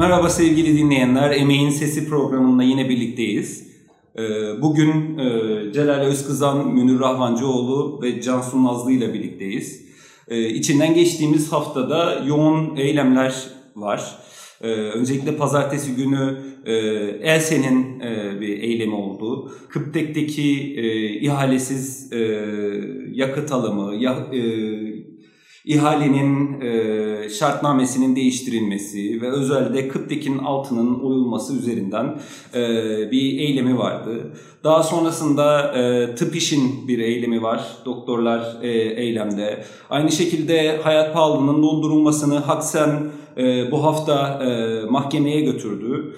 Merhaba sevgili dinleyenler, Emeğin Sesi programında yine birlikteyiz. Bugün Celal Özkızan, Münir Rahvancıoğlu ve Cansu Nazlı ile birlikteyiz. İçinden geçtiğimiz haftada yoğun eylemler var. Öncelikle pazartesi günü ELSE'nin bir eylemi oldu. Kıptek'teki ihalesiz yakıt alımı, ihalenin şartnamesinin değiştirilmesi ve özellikle Kıptek'in altının oyulması üzerinden bir eylemi vardı. Daha sonrasında tıp işin bir eylemi var. Doktorlar eylemde. Aynı şekilde hayat pahalılığının dondurulmasını Haksen bu hafta mahkemeye götürdü.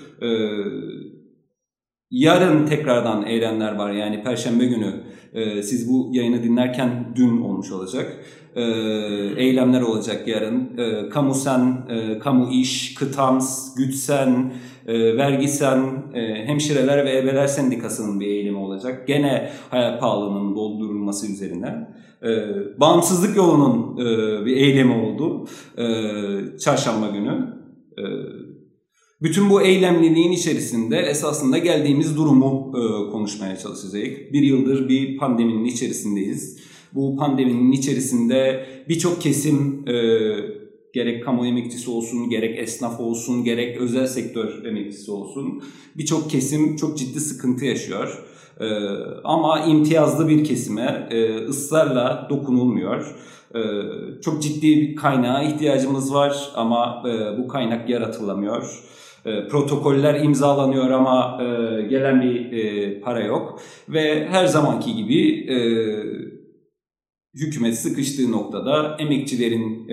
Yarın tekrardan eylemler var, yani Perşembe günü. Siz bu yayını dinlerken dün olmuş olacak. Eylemler olacak yarın. Kamusen, Kamu İş, Kıtams, Gütsen, Vergisen, Hemşireler ve Ebeler Sendikası'nın bir eylemi olacak. Gene hayat pahalılığının doldurulması üzerine. Bağımsızlık yolunun bir eylemi oldu çarşamba günü. Bütün bu eylemliliğin içerisinde esasında geldiğimiz durumu konuşmaya çalışacağız. Bir yıldır bir pandeminin içerisindeyiz. Bu pandeminin içerisinde birçok kesim gerek kamu emekçisi olsun, gerek esnaf olsun, gerek özel sektör emekçisi olsun birçok kesim çok ciddi sıkıntı yaşıyor. Ama imtiyazlı bir kesime ısrarla dokunulmuyor. Çok ciddi bir kaynağa ihtiyacımız var ama bu kaynak yaratılamıyor. Protokoller imzalanıyor ama gelen bir para yok. Ve her zamanki gibi hükümet sıkıştığı noktada emekçilerin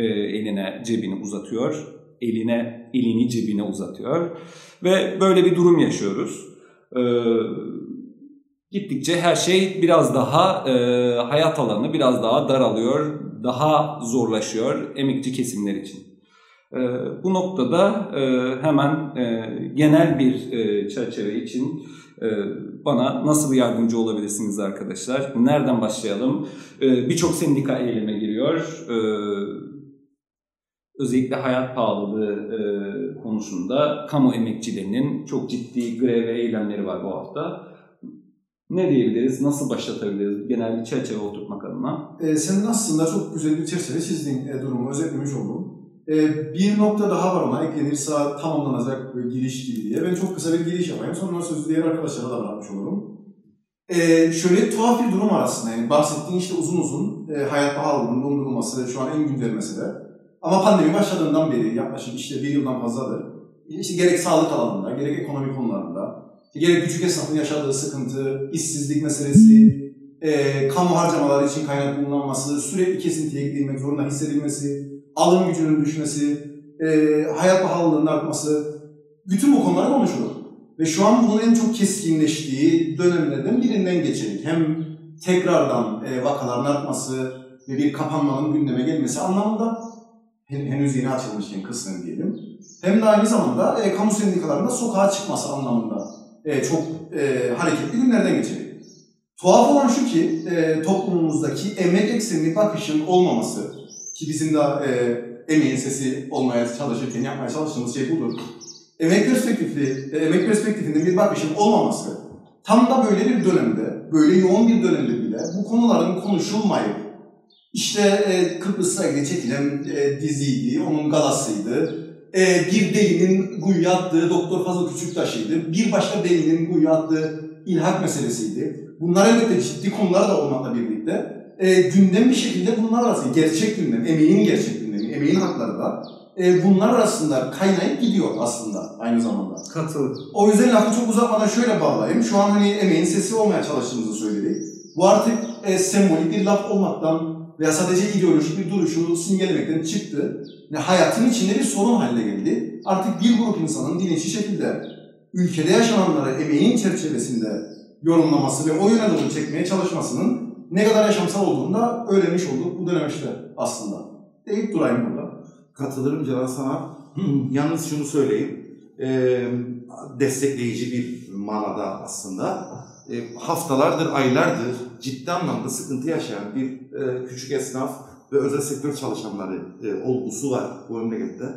elini cebine uzatıyor. Ve böyle bir durum yaşıyoruz. Gittikçe her şey biraz daha hayat alanı biraz daha daralıyor, daha zorlaşıyor emekçi kesimler için. Bu noktada hemen genel bir çerçeve için bana nasıl yardımcı olabilirsiniz arkadaşlar? Nereden başlayalım? Birçok sendika eyleme giriyor. Özellikle hayat pahalılığı konusunda kamu emekçilerinin çok ciddi grev ve eylemleri var bu hafta. Ne diyebiliriz? Nasıl başlatabiliriz? Genel bir çerçeve oturtmak adına. Senin aslında çok güzel bir çerçeve çizdiğin durumu özetlemiş oldum. Bir nokta daha var, ona eklenirse tamamlanacak bir giriş gibi diye. Ben çok kısa bir giriş yapayım. Sonra sözü diğer arkadaşlara da bırakmış olurum. Şöyle tuhaf bir durum var aslında. Yani bahsettiğin işte uzun hayat pahalılığının dondurulması şu an en güncel mesele. Ama pandemi başladığından beri yaklaşık işte bir yıldan fazladır. İşte gerek sağlık alanında, gerek ekonomik konularında, gerek küçük esnafın yaşadığı sıkıntı, işsizlik meselesi, kamu harcamaları için kaynak bulunamaması, sürekli kesintiye gidilmek zorunda hissedilmesi, alım gücünün düşmesi, hayat pahalılığının artması, bütün bu konular konuşulur. Ve şu an bunun en çok keskinleştiği dönemlerden birinden geçelim. Hem tekrardan vakaların artması ve bir kapanmanın gündeme gelmesi anlamında, henüz yeni açılmışken kısmen diyelim, hem de aynı zamanda kamu sendikalarında sokağa çıkması anlamında çok hareketli günlerden geçelim. Tuhaf olan şu ki toplumumuzdaki emek eksenli bakışın olmaması, ki bizim de emeğin sesi olmaya çalışırken yapmaya çalıştığımız şey budur. Emek perspektifinde bir bakışın olmaması, tam da böyle bir dönemde, böyle yoğun bir dönemde bile bu konuların konuşulmayıp, işte Kıbrıs'a ilgili çekilen diziydi, onun galasıydı, bir delinin kuyuya attığı Doktor Fazıl Küçüktaş'ıydı, bir başka delinin kuyuya attığı ilhak meselesiydi. Bunlar elbette ciddi konular da olmakla birlikte gündem bir şekilde bunlar arasında gerçek gündem, emeğin gerçek gündemi, emeğin hakları da bunlar arasında kaynayıp gidiyor aslında aynı zamanda. Katılır. O yüzden lafı çok uzatmadan şöyle bağlayayım. Şu an hani emeğin sesi olmaya çalıştığımızı söyledik. Bu artık sembolik bir laf olmaktan veya sadece ideolojik bir duruşu simgelemekten çıktı. Yani hayatın içinde bir sorun haline geldi. Artık bir grup insanın bilinçli şekilde ülkede yaşananları emeğin çerçevesinde yorumlaması ve o yöne doğru çekmeye çalışmasının ne kadar yaşamsal olduğunu da öğrenmiş olduk bu dönemişte aslında. Deyip durayım burada. Katılırım Celal sana. Yalnız şunu söyleyeyim. Destekleyici bir manada aslında. Haftalardır, aylardır ciddi anlamda sıkıntı yaşayan bir küçük esnaf ve özel sektör çalışanları olgusu var bu memlekette.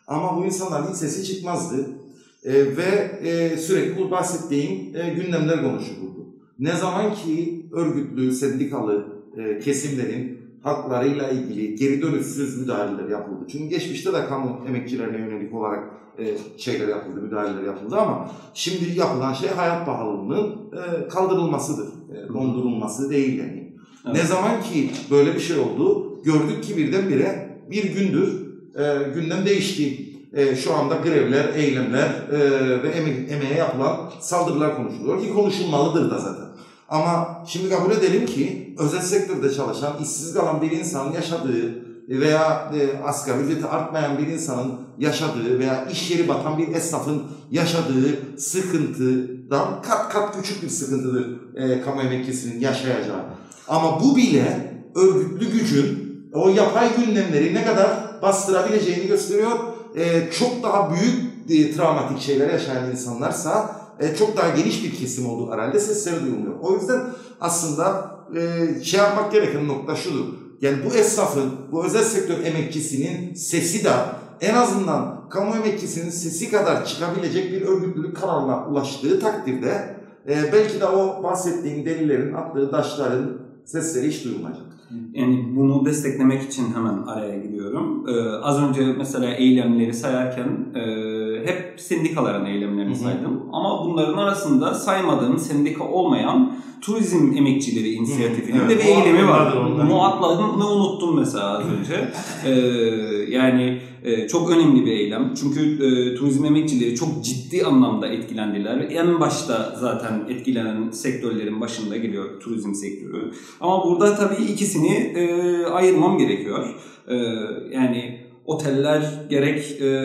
Ama bu insanların hiç sesi çıkmazdı. Ve sürekli bu bahsettiğim gündemler konuşulurdu. Ne zaman ki örgütlü, sendikalı kesimlerin haklarıyla ilgili geri dönüşsüz müdahaleler yapıldı. Çünkü geçmişte de kamu emekçilerine yönelik olarak şeyler yapıldı, müdahaleler yapıldı ama şimdi yapılan şey hayat pahalılığının kaldırılmasıdır. Dondurulması değil yani. Evet. Ne zaman ki böyle bir şey oldu, gördük ki birdenbire bir gündür gündem değişti. Şu anda grevler, eylemler ve emeğe yapılan saldırılar konuşuluyor ki konuşulmalıdır da zaten. Ama şimdi kabul edelim ki özel sektörde çalışan, işsiz kalan bir insanın yaşadığı veya asgari ücreti artmayan bir insanın yaşadığı veya iş yeri batan bir esnafın yaşadığı sıkıntıdan kat kat küçük bir sıkıntıdır kamu emekçisinin yaşayacağı. Ama bu bile örgütlü gücün o yapay gündemleri ne kadar bastırabileceğini gösteriyor. Çok daha büyük travmatik şeyler yaşayan insanlarsa çok daha geniş bir kesim olduğu herhalde sesleri duyulmuyor. O yüzden aslında şey yapmak gereken nokta şudur. Yani bu esnafın, bu özel sektör emekçisinin sesi de en azından kamu emekçisinin sesi kadar çıkabilecek bir örgütlülük kararına ulaştığı takdirde belki de o bahsettiğim delilerin attığı taşların sesleri hiç duyulmayacak. Yani bunu desteklemek için hemen araya giriyorum. Az önce mesela eylemleri sayarken hep sendikaların eylemlerini saydım. Ama bunların arasında saymadığım sendika olmayan turizm emekçileri inisiyatifinin de bir eylemi var. Bunu atladığımı unuttum mesela az önce. Yani çok önemli bir eylem. Çünkü turizm emekçileri çok ciddi anlamda etkilendiler. En başta zaten etkilenen sektörlerin başında geliyor turizm sektörü. Ama burada tabii ikisini ayırmam gerekiyor. Yani oteller gerek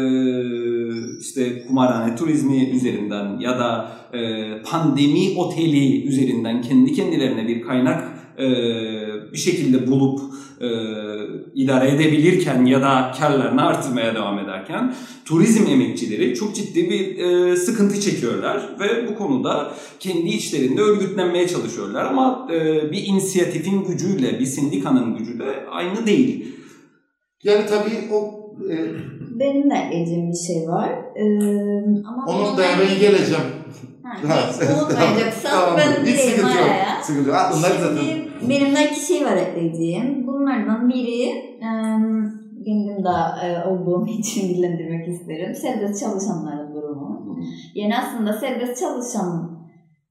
işte kumarhane turizmi üzerinden ya da pandemi oteli üzerinden kendi kendilerine bir kaynak bir şekilde bulup idare edebilirken ya da karlarını artırmaya devam ederken turizm emekçileri çok ciddi bir sıkıntı çekiyorlar ve bu konuda kendi içlerinde örgütlenmeye çalışıyorlar ama bir inisiyatifin gücüyle bir sendikanın gücü de aynı değil. Yani tabii o benim de ekleyeceğim bir şey var. Ama onun da ben geleceğim. Unutmayacaksan tamam, ben gireyim araya. Sıkıntı yok. Şimdi benim de iki şey var ekleyeceğim. Bunlardan biri kendim de olduğum için dillendirmek isterim. Serbest çalışanların durumu. Yani aslında serbest çalışan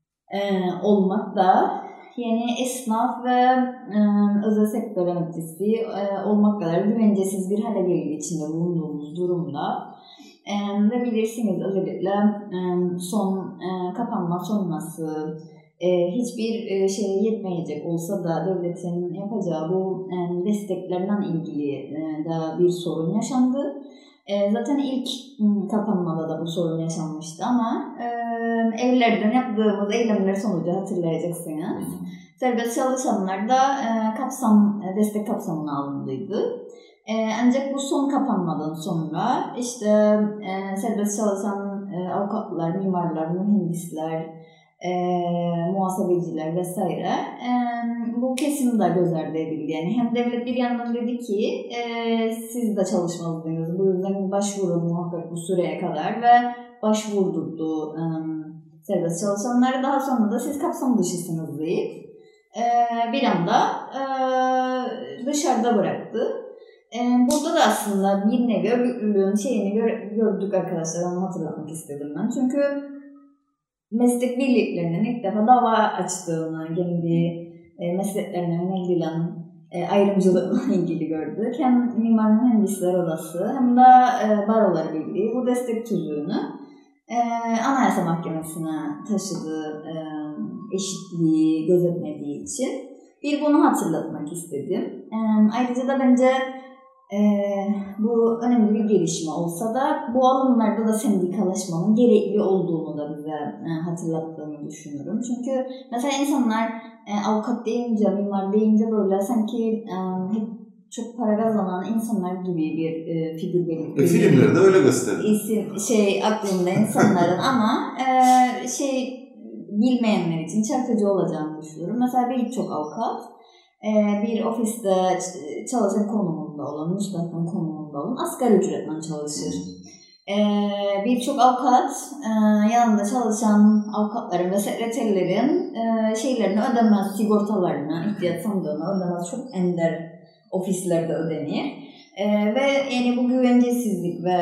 olmak da yani esnaf ve özel sektör emekçisi olmak kadar güvencesiz bir hale geldiği içinde bulunduğumuz durumda. Ve bilirsiniz özellikle son kapanma sonrası hiçbir şeye yetmeyecek olsa da devletin yapacağı bu desteklerden ilgili de bir sorun yaşandı. Zaten ilk kapanmada da bu sorun yaşanmıştı ama evlerden yaptığımız eylemler sonucu hatırlayacaksınız. Serbest çalışanlar da destek kapsamına alındıydı. Ancak bu son kapanmadan sonra işte serbest çalışan avukatlar, mimarlar, mühendisler, muhasebeciler vesaire bu kesim de göz ardı edildi. Yani hem devlet bir yandan dedi ki siz de çalışmalısınız, bu yüzden başvurun muhakkak bu süreye kadar ve başvurdurdu serbest çalışanları. Daha sonra da siz kapsam dışısınız deyip bir anda dışarıda bıraktı. Burada da aslında bir nevi örgütlülüğün şeyini gördük arkadaşlar, onu hatırlatmak istedim ben. Çünkü meslek birliklerinin ilk defa dava açtığını, kendi mesleklerine yönelilen ayrımcılıkla ilgili gördük. Hem Mimar Mühendisler Odası hem de Barolar Birliği bu destek tüzüğünü Anayasa Mahkemesi'ne taşıdı, eşitliği gözetmediği için. Bir bunu hatırlatmak istedim. Ayrıca da bence bu önemli bir gelişme olsa da bu alanlarda da sendikalaşmanın gerekli olduğunu da bize hatırlattığını düşünüyorum. Çünkü mesela insanlar avukat deyince, mimar deyince böyle sanki hep çok para kazanan insanlar gibi bir figür belirtiyor. Filmlerde öyle gösteriyor. Aklımda insanların ama bilmeyenler için çarpıcı olacağını düşünüyorum. Mesela birçok avukat bir ofiste çalışan konumunda olan, müstakil konumunda olursa olun asgari ücretle çalışır. Birçok avukat yanında çalışan avukatların ve sekreterlerin şeylerini ödemez, sigortalarını, ihtiyaç sandığını ödemez. Çok ender ofislerde ödenir. Ve yani bu güvencesizlik ve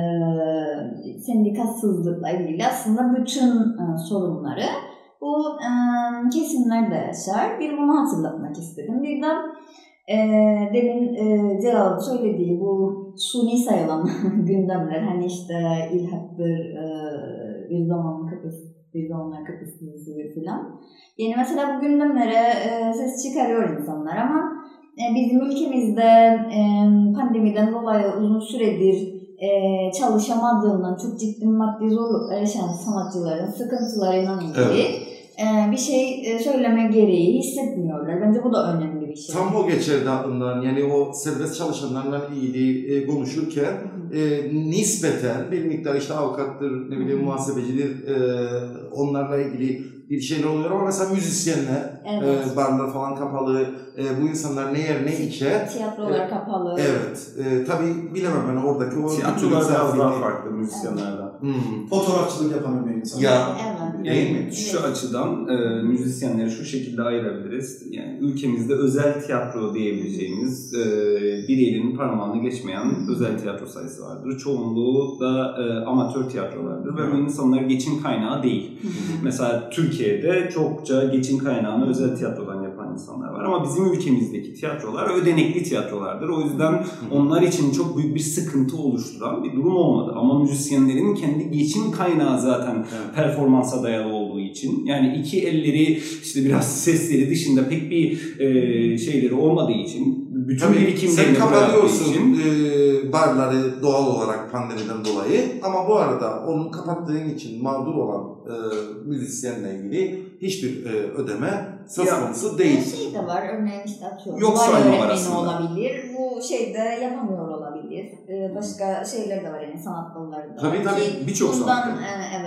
sendikasızlıkla ilgili aslında bütün sorunları bu kesimler de yaşar. Bir bunu hatırlatmak istedim. Bir de demin Celal'ın söylediği bu suni sayılan gündemler, hani işte İlhat'tır, bir zamanlar Kıbrıs dizisi filan. Yani mesela bu gündemlere ses çıkarıyor insanlar ama bizim ülkemizde pandemiden dolayı uzun süredir çalışamadığından çok ciddi maddi zorluklar yaşayan sanatçıların sıkıntılarıyla ilgili bir şey söyleme gereği hissetmiyorlar. Bence bu da önemli bir şey. Tam o geçerdi aklımdan. Yani o serbest çalışanlarla ilgili konuşurken nispeten bir miktar işte avukattır, ne bileyim muhasebecidir, onlarla ilgili bir şeyler oluyor ama mesela müzisyenler, barlar falan kapalı, bu insanlar ne yer ne içer. Tiyatrolar kapalı. Evet. Tabii bilemem ben oradaki o... Tiyatrolar biraz daha farklı müzisyenlerden. Fotoğrafçılık yapan bir insan. Ya, evet. değil mi? Şu açıdan müzisyenleri şu şekilde ayırabiliriz. Yani ülkemizde özel tiyatro diyebileceğimiz bir elinin parmağını geçmeyen özel tiyatro sayısı vardır. Çoğunluğu da amatör tiyatrolardır ve bu insanlar geçim kaynağı değil. Mesela Türkiye'de çokça geçim kaynağını özel tiyatrodan yapan insanlar var ama bizim ülkemizdeki tiyatrolar ödenekli tiyatrolardır. O yüzden onlar için çok büyük bir sıkıntı oluşturan bir durum olmadı. Ama müzisyenlerin kendi geçim kaynağı zaten performansa dayalı olduğu için, yani iki elleri işte biraz sesleri dışında pek bir şeyleri olmadığı için, bütün birikimlerini bıraktığı için barları doğal olarak pandemiden dolayı, ama bu arada onu kapattığın için mağdur olan müzisyenle ilgili hiçbir ödeme söz konusu değil. Bir şey de var, örneğin işte atıyorum. Yok sayma arasında. Olabilir, bu şeyde yapamıyor olabilir. Başka şeyler de var yani sanat dalları da. Tabii birçok sanat. Bundan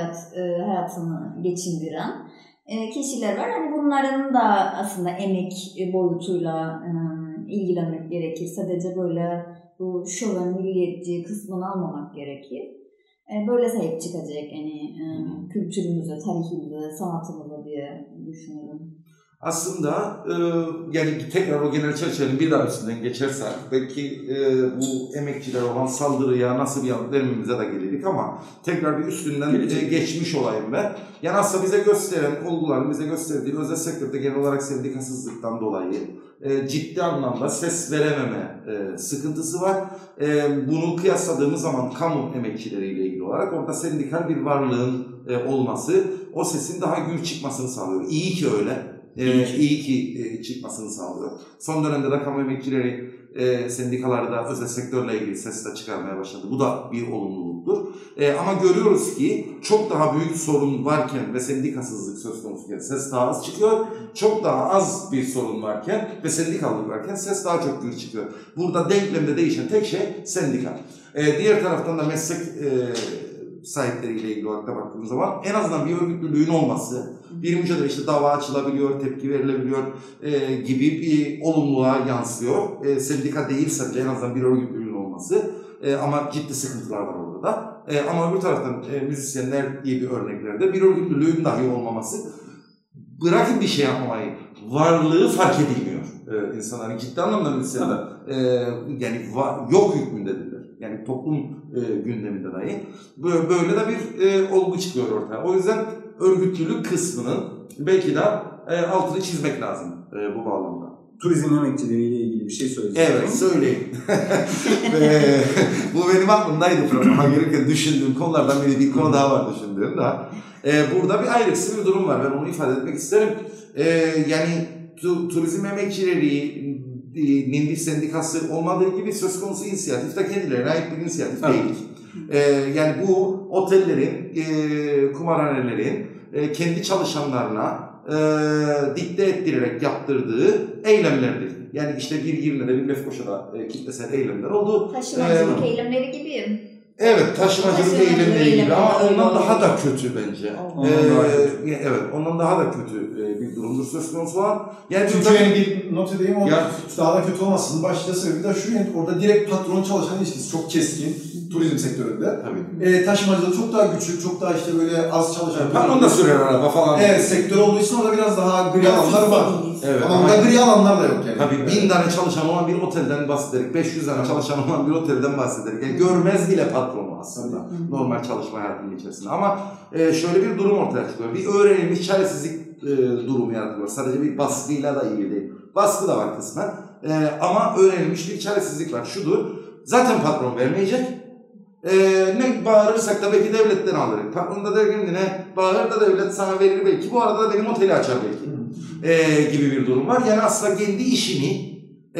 hayatını geçindiren kişiler var. Hani bunların da aslında emek boyutuyla ilgilenmek gerekir. Sadece böyle bu şöven milliyetçi kısmını almamak gerekir. Böyle sahip çıkacak yani kültürümüze, tarihimize, sanatımıza diye düşünüyorum. Aslında yani tekrar o genel çerçevenin bir daha üstünden geçersek belki bu emekçiler olan saldırıya nasıl bir yanıt vermemize de gelirdik ama tekrar bir üstünden geçmiş olayım ben. Yani aslında bize gösteren olguların bize gösterdiği özel sektörde genel olarak sendikasızlıktan dolayı ciddi anlamda ses verememe sıkıntısı var. Bunu kıyasladığımız zaman kamu emekçileriyle ilgili olarak orada sendikal bir varlığın olması o sesin daha gür çıkmasını sağlıyor. İyi ki öyle. İyi ki çıkmasını sağlıyor. Son dönemde de kamu emekçileri sendikalarda özel sektörle ilgili ses de çıkarmaya başladı. Bu da bir olumluluktur. Ama görüyoruz ki çok daha büyük sorun varken ve sendikasızlık söz konusuken ses daha az çıkıyor. Çok daha az bir sorun varken ve sendikalılık varken ses daha çok gür çıkıyor. Burada denklemde değişen tek şey sendika. Diğer taraftan da meslek sahipleriyle ilgili olarak da baktığımız zaman en azından bir örgütlülüğün olması, bir mücadele işte dava açılabiliyor, tepki verilebiliyor gibi bir olumluluğa yansıyor. Sendika değilse bile en azından bir örgütlülüğün olması ama ciddi sıkıntılar var orada da. Ama öbür taraftan müzisyenler diye bir örneklerde bir örgütlülüğün dahi olmaması, bırakın bir şey yapmayı, varlığı fark edilmiyor insanların ciddi anlamda müzisyenler. Yani yok hükmündedirler. Yani toplum gündeminde dahi. Böyle de bir olgu çıkıyor ortaya. O yüzden örgütlülük kısmının belki de altını çizmek lazım bu bağlamda. Turizm emekçileriyle ilgili bir şey söyleyeceğim. Evet, söyleyin. Bu benim aklımdaydı programa gelirken düşündüğüm konulardan biri, bir konu daha var düşündüğüm daha. Burada bir ayrıksı bir durum var. Ben onu ifade etmek isterim. Yani turizm emekçilerinin bir sendikası olmadığı gibi söz konusu inisiyatif de kendilerine ait bir inisiyatif değil. Yani bu otellerin, kumarhanelerin kendi çalışanlarına dikte ettirerek yaptırdığı eylemlerdir. Yani işte bir Girne'de, bir Lefkoşa'da kitlesel eylemler oldu. Taşımacılık eylemleri gibi. Evet, taşımacılık eylemle ilgili ama ondan daha da kötü bence. Evet, ondan daha da kötü bir durumdur söz konusu var. Yani çünkü yani bir not edeyim, o daha da kötü olmasının başlıca sebebi de şu, yani orada direkt patron çalışan ilişkisi çok keskin turizm sektöründe. Tabii. Taşımacılık çok daha küçük, çok daha işte böyle az çalışan. Patron da sürer araba falan. Evet, sektör olduğu için orada biraz daha gri alanlar var. Evet. Ama orada gri alanlar da yok yani. Tabii 1000 tane çalışan olan bir otelden bahsederek, 500 tane çalışan olan bir otelden bahsederek. Yani görmez bile patronu aslında normal çalışma hayatının içerisinde. Ama şöyle bir durum ortaya çıkıyor. Bir öğrenilmiş çaresizlik durumu yaratılıyor. Sadece bir baskıyla da ilgili değil. Baskı da var kısmen. Ama öğrenilmiş bir çaresizlik var. Şudur, zaten patron vermeyecek. Ne bağırırsak da belki devletten alırız. Patron da der kendine, bağır da devlet sana verir belki. Bu arada da benim oteli açar belki. Gibi bir durum var. Yani aslında kendi işini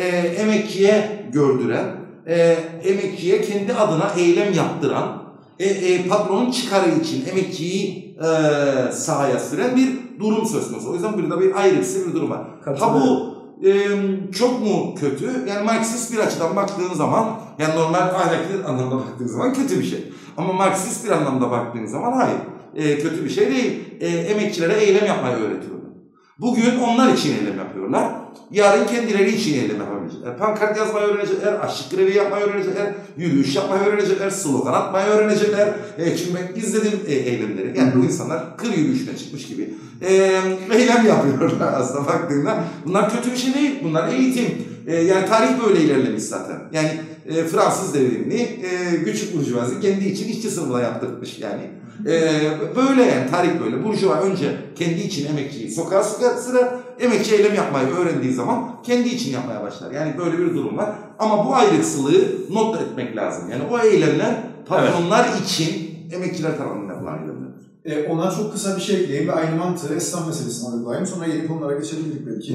emekçiye gördüren, emekçiye kendi adına eylem yaptıran, patronun çıkarı için emekçiyi sahaya süren bir durum söz konusu. O yüzden burada bir ayrıksı bir durum var. Ha bu çok mu kötü? Yani Marksist bir açıdan baktığın zaman, yani normal ahlaki anlamda baktığın zaman kötü bir şey. Ama Marksist bir anlamda baktığın zaman hayır. Kötü bir şey değil. Emekçilere eylem yapmayı öğretiyorlar. Bugün onlar için eylem yapıyorlar. Yarın kendileri için eylem yapabilecekler. Pankart yazmayı öğrenecekler, açlık grevi yapmayı öğrenecekler, yürüyüş yapmayı öğrenecekler, slogan atmayı öğrenecekler. Çünkü ben izledim eylemleri. Yani bu insanlar kır yürüyüşüne çıkmış gibi eylem yapıyorlar aslında baktığında. Bunlar kötü bir şey değil. Bunlar eğitim. Yani tarih böyle ilerlemiş zaten. Yani Fransız devrimini küçük burjuvazi kendi için işçi sınıfına yaptırmış yani. Böyle yani tarih böyle. Burjuva önce kendi için emekçiyi sokağa sıra emekçi eylem yapmayı öğrendiği zaman kendi için yapmaya başlar. Yani böyle bir durum var. Ama bu ayrıksılığı not etmek lazım. Yani o eylemler patronlar için emekçiler tarafından yapılan eylemler. Ona çok kısa bir şey ekleyeyim ve aynı mantığı esnaf meselesine uygulayayım. Sonra yeni konulara geçebiliriz belki.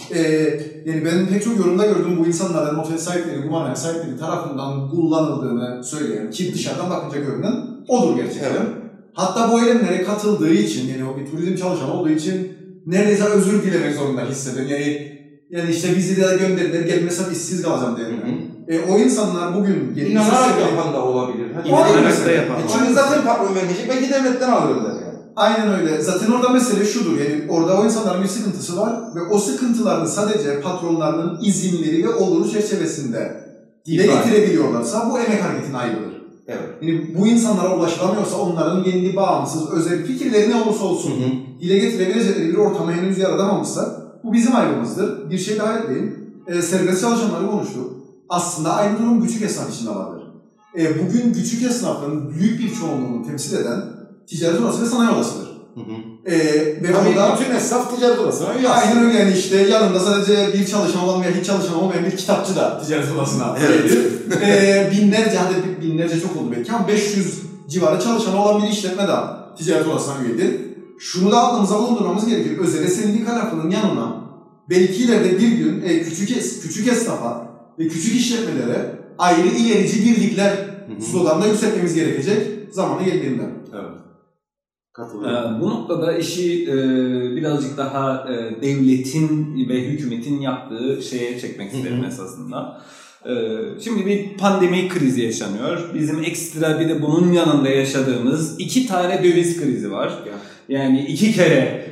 Yani ben pek çok yorumda gördüğüm bu insanların otel sahipleri, kumarhane sahipleri tarafından kullanıldığını söyleyen, ki dışarıdan bakınca görünen odur gerçekten. Evet. Hatta bu eylemlere katıldığı için, yani o bir turizm çalışanı olduğu için neredeyse özür dilemek zorunda hisseden. Yani işte bizi de gönderdiler, gelmesem işsiz kalacağım diye. O insanlar bugün... İnanarak yapan da olabilir. İnanarak da yapan. Çünkü zaten patron vermeyecek, belki devletten alıyorlar yani. Aynen öyle. Zaten orada mesele şudur, yani orada o insanların bir sıkıntısı var ve o sıkıntılarını sadece patronlarının izinleri ve oluru çerçevesinde dile getirebiliyorlarsa bu emek hareketine ayrılır. Evet. Yani bu insanlara ulaşılamıyorsa onların kendi bağımsız, özel fikirleri ne olursa olsun dile getirebilecekleri bir ortama henüz yaratamamışlar. Bu bizim ayrımımızdır. Bir şey daha ekleyeyim. Serbest çalışanları konuştuk. Aslında aynı durum küçük esnaf içinde vardır. Bugün küçük esnafın büyük bir çoğunluğunu temsil eden ticaret odası ve sanayi odasıdır. Ve tabii bütün esnaf ticaret odasına üye. Aynen öyle, yani işte yanında sadece bir çalışan olan veya hiç çalışan olmayan bir kitapçı da ticaret odasına üyedir. Binlerce, hadi binlerce çok oldu belki ama 500 civarı çalışan olan bir işletme de ticaret odasına üyedir. Şunu da aklımıza bulundurmamız gerekir. Özel sendika lafının yanına belki ileride bir gün küçük esnafa ve küçük işletmelere ayrı ilerici birlikler sloganla yükseltmemiz gerekecek zamanı geldiğinde. Evet. Bu noktada işi birazcık daha devletin ve hükümetin yaptığı şeye çekmek isterim esasında. Şimdi bir pandemi krizi yaşanıyor. Bizim ekstra bir de bunun yanında yaşadığımız 2 tane döviz krizi var. Yani 2 kere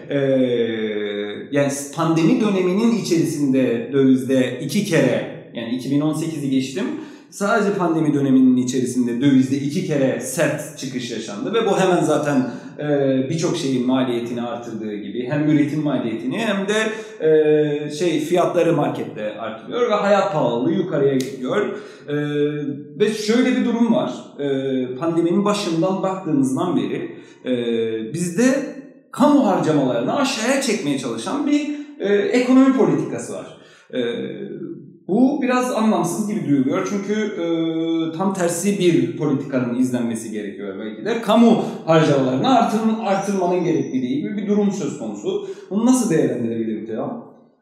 yani pandemi döneminin içerisinde dövizde 2 kere, yani 2018'i geçtim. Sadece pandemi döneminin içerisinde dövizde 2 kere sert çıkış yaşandı ve bu hemen zaten birçok şeyin maliyetini artırdığı gibi hem üretim maliyetini hem de fiyatları markette artırıyor ve hayat pahalılığı yukarıya gidiyor. Ve şöyle bir durum var. Pandeminin başından baktığımızdan beri bizde kamu harcamalarını aşağıya çekmeye çalışan bir ekonomi politikası var. Bu biraz anlamsız gibi duyuluyor çünkü tam tersi bir politikanın izlenmesi gerekiyor belki de. Kamu harcamalarını artırmanın gerekliliği gibi bir durum söz konusu. Bunu nasıl değerlendirebiliriz ya?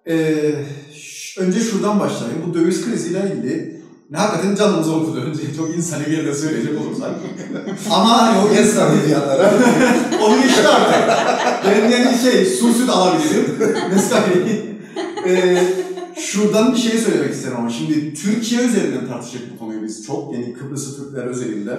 Önce şuradan başlayayım. Bu döviz kriziyle ilgili hakikaten canımızı okudu. Önce çok insani bir yerde söyleyecek olursak. Ama hani o insani yanlara onu işte artık. Ben yani su süt alabilirim. Nescafe'yi. Şuradan bir şey söylemek isterim ama şimdi Türkiye üzerinden tartışacak bu konuyu biz çok. Yani Kıbrıslı Türkler özelinde.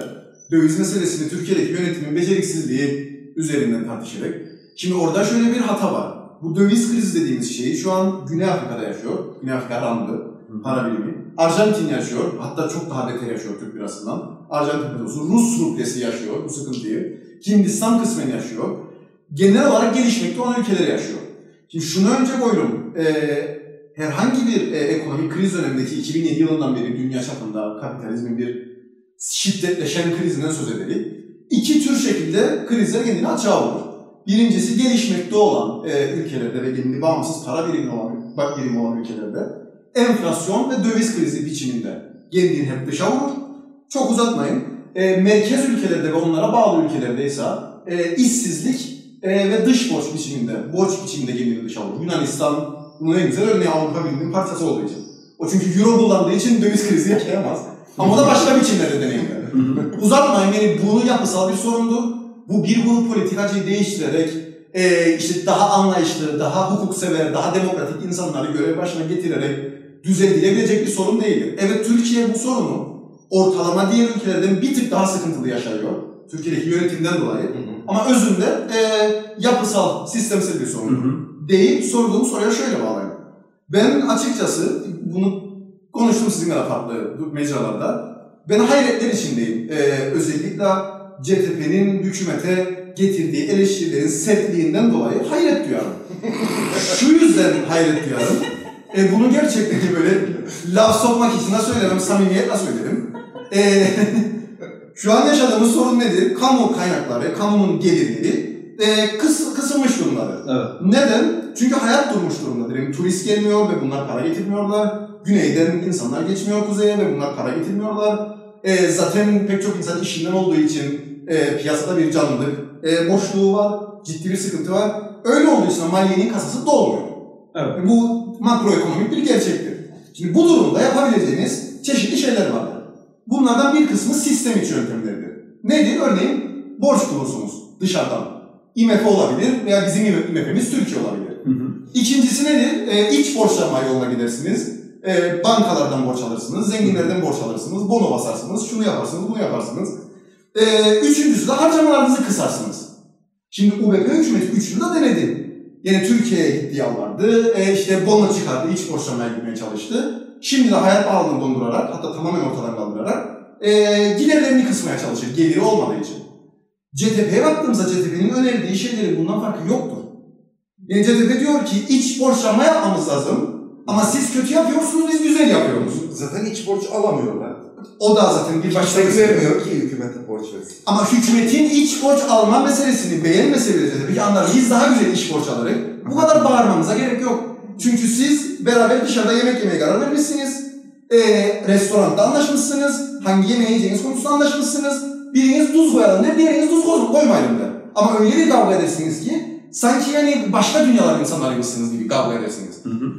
döviz meselesini Türkiye'deki yönetimin beceriksizliği üzerinden tartışarak. Şimdi orada şöyle bir hata var. Bu döviz krizi dediğimiz şeyi şu an Güney Afrika'da yaşıyor. Güney Afrika randı para birimi. Arjantin yaşıyor. Hatta çok daha beter yaşıyor Türk lirasından. Arjantin petrosu, Rus rublesi yaşıyor bu sıkıntıyı. Hindistan kısmen yaşıyor. Genel olarak gelişmekte olan ülkeler yaşıyor. Şimdi şunu önce koyuyorum. Herhangi bir ekonomik kriz dönemindeki 2007 yılından beri dünya çapında kapitalizmin bir şiddetleşen krizinden söz edelim. İki tür şekilde krizler kendini açığa vurur. Birincisi gelişmekte olan ülkelerde ve kendi bağımsız para birimi olan ülkelerde enflasyon ve döviz krizi biçiminde kendini hep dışa vurur. Çok uzatmayın. Merkez ülkelerde ve onlara bağlı ülkelerde ise işsizlik ve dış borç biçiminde kendini dışa vurur. Yunanistan bunun en güzel örneği Avrupa Birliği'nin parçası olduğu için. O çünkü euro kullandığı için döviz krizi yaşayamaz. Ama o da başka biçimlerde deneyimler. Uzatmayın, yani bunu yapısal bir sorundur. Bu bir grup politikacıyı değiştirerek işte daha anlayışlı, daha hukuksever, daha demokratik insanları görev başına getirerek düzeltilebilecek bir sorun değildir. Evet, Türkiye bu sorunu ortalama diğer ülkelerden bir tık daha sıkıntılı yaşıyor. Türkiye'deki yönetimden dolayı. Ama özünde yapısal, sistemsel bir sorun değil. Sorduğum soruya şöyle bağlayayım. Ben açıkçası bunu konuştum sizinle farklı mecralarda. Ben hayretler içindeyim. Özellikle CTP'nin hükümete getirdiği eleştirilerin sertliğinden dolayı hayret duyarım. Şu yüzden hayret duyarım. Bunu gerçekten böyle laf sokmak için de söylemem, samimiyetle söylerim. Şu an yaşadığımız sorun nedir? Kamu kaynakları, kamunun gelirleri kısılmış durumdadır. Evet. Neden? Çünkü hayat durmuş durumdadır. Yani turist gelmiyor ve bunlar para getirmiyorlar. Güneyden insanlar geçmiyor kuzeye ve bunlar para getirmiyorlar. Zaten pek çok insan işinden olduğu için piyasada bir canlılık boşluğu var, ciddi bir sıkıntı var. Öyle olduğu için maliyenin kasası dolmuyor. Evet. Bu makroekonomik bir gerçektir. Şimdi bu durumda yapabileceğiniz çeşitli şeyler var. Bunlardan bir kısmı sistem içi yöntemleridir. Nedir? Örneğin borç bulursunuz dışarıdan. IMF olabilir veya bizim IMF'miz Türkiye olabilir. İkincisi nedir? İç borçlanma yoluna gidersiniz. Bankalardan borç alırsınız, zenginlerden borç alırsınız, bono basarsınız, şunu yaparsınız, bunu yaparsınız. Üçüncüsü de harcamalarınızı kısarsınız. Şimdi UBP hükümeti 3 yılda denedi. Yani Türkiye'ye gitti, yalvardı, işte bono çıkardı, iç borçlanmaya gitmeye çalıştı. Şimdi de hayat pahalılığını dondurarak, hatta tamamen ortadan kaldırarak giderlerini kısmaya çalışır, geliri olmadığı için. CTP'ye baktığımızda CTP'nin önerdiği şeylerin bundan farkı yoktur. Yani CTP diyor ki iç borçlanma yapmamız lazım. Ama siz kötü yapıyorsunuz, biz güzel yapıyoruz. Zaten iç borç alamıyorlar. O da zaten bir başka vermiyor ki hükümete borç versin. Ama hükümetin iç borç alma meselesini beğenmese bile bir yandan biz daha güzel iç borç alarak bu kadar bağırmamıza gerek yok. Çünkü siz beraber dışarıda yemek yemeye karar vermişsiniz. Restoranda anlaşmışsınız. Hangi yemeği yiyeceğiniz konusunda anlaşmışsınız. Biriniz tuz koyalım der, diğeriniz tuz koymayalım der. Ama öyle bir kavga edersiniz ki sanki yani başka dünyaların insanlarıymışsınız gibi kavga edersiniz.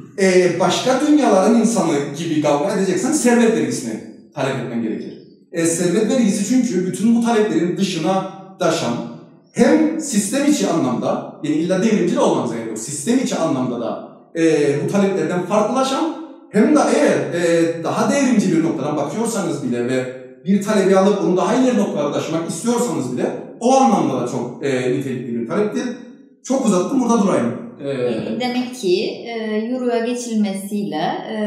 Başka dünyaların insanı gibi kavga edeceksen servet vergisini talep etmen gerekir. Servet vergisi çünkü bütün bu taleplerin dışına taşan hem sistem içi anlamda, yani illa devrimci de olmanıza gerekiyor, sistem içi anlamda da bu taleplerden farklılaşan hem de eğer daha devrimci bir noktadan bakıyorsanız bile ve bir talebi alıp onu daha ileri noktalara taşımak istiyorsanız bile o anlamda da çok nitelikli bir taleptir. Çok uzattım, burada durayım. Demek ki Euro'ya geçilmesiyle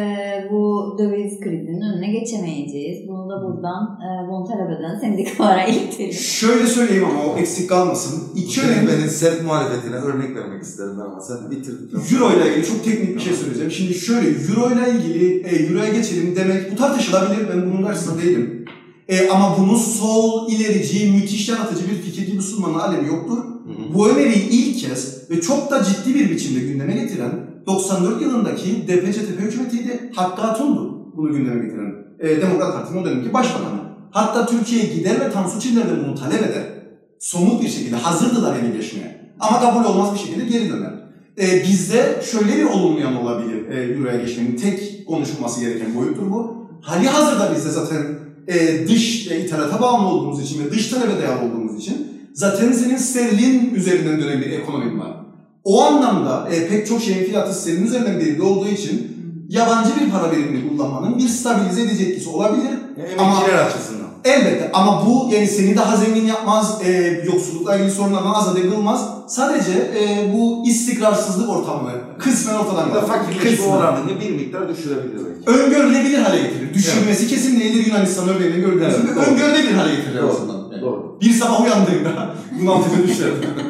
bu döviz krizinin önüne geçemeyeceğiz. Bunu da buradan bunu talep eden sendikalara iletelim. Şöyle söyleyeyim ama o eksik kalmasın. Benim sert muhalefetine örnek vermek isterim ama sen bitirdin. Euro ile ilgili çok teknik bir şey söyleyeceğim. Şimdi şöyle, Euro ile ilgili Euro'ya geçelim demek bu tartışılabilir. Ben bunun karşısında değilim. Ama bunu sol, ilerici, müthiş yaratıcı bir fikir gibi sunmanın alemi yoktur. Bu öneriyi ilk kez ve çok da ciddi bir biçimde gündeme getiren 94 yılındaki DP-CTP hükümetiydi. Hakkı Atun'du bunu gündeme getiren. Demokrat Parti'nin o dönemki başbakanı. Hatta Türkiye'ye gider ve Tansu Çiller'den bunu talep eder. Somut bir şekilde hazırdılar yeni geçmeye. Ama kabul olmaz bir şekilde geri döner. Bizde şöyle bir olumlu yan olabilir Euro'ya geçmenin tek konuşulması gereken boyuttur bu. Hali hazırda bizde zaten dış ithalata bağımlı olduğumuz için ve dış talebe dayalı olduğumuz için zaten senin sterlin üzerinden dönen bir ekonomin var. O anlamda pek çok şeyin fiyatı sterlin üzerinden belirli olduğu için yabancı bir para birimini kullanmanın bir stabilize edici etkisi olabilir. Emekçiler açısından. Elbette ama bu yani seni daha zengin yapmaz, yoksullukla ilgili sorunlardan azade kılmaz. Sadece bu istikrarsızlık ortamını kısmen ortadan Ya da kaldırır. fakirleşme oranını bir miktar düşürebilir belki. Öngörülebilir hale getirir. Düşürmesi kesin değildir Yunanistan örneğini gördüğünüz gibi. Öngörülebilir hale getirir Doğru, aslında. Yani doğru. bir sabah uyandığında bunaltıma düşer.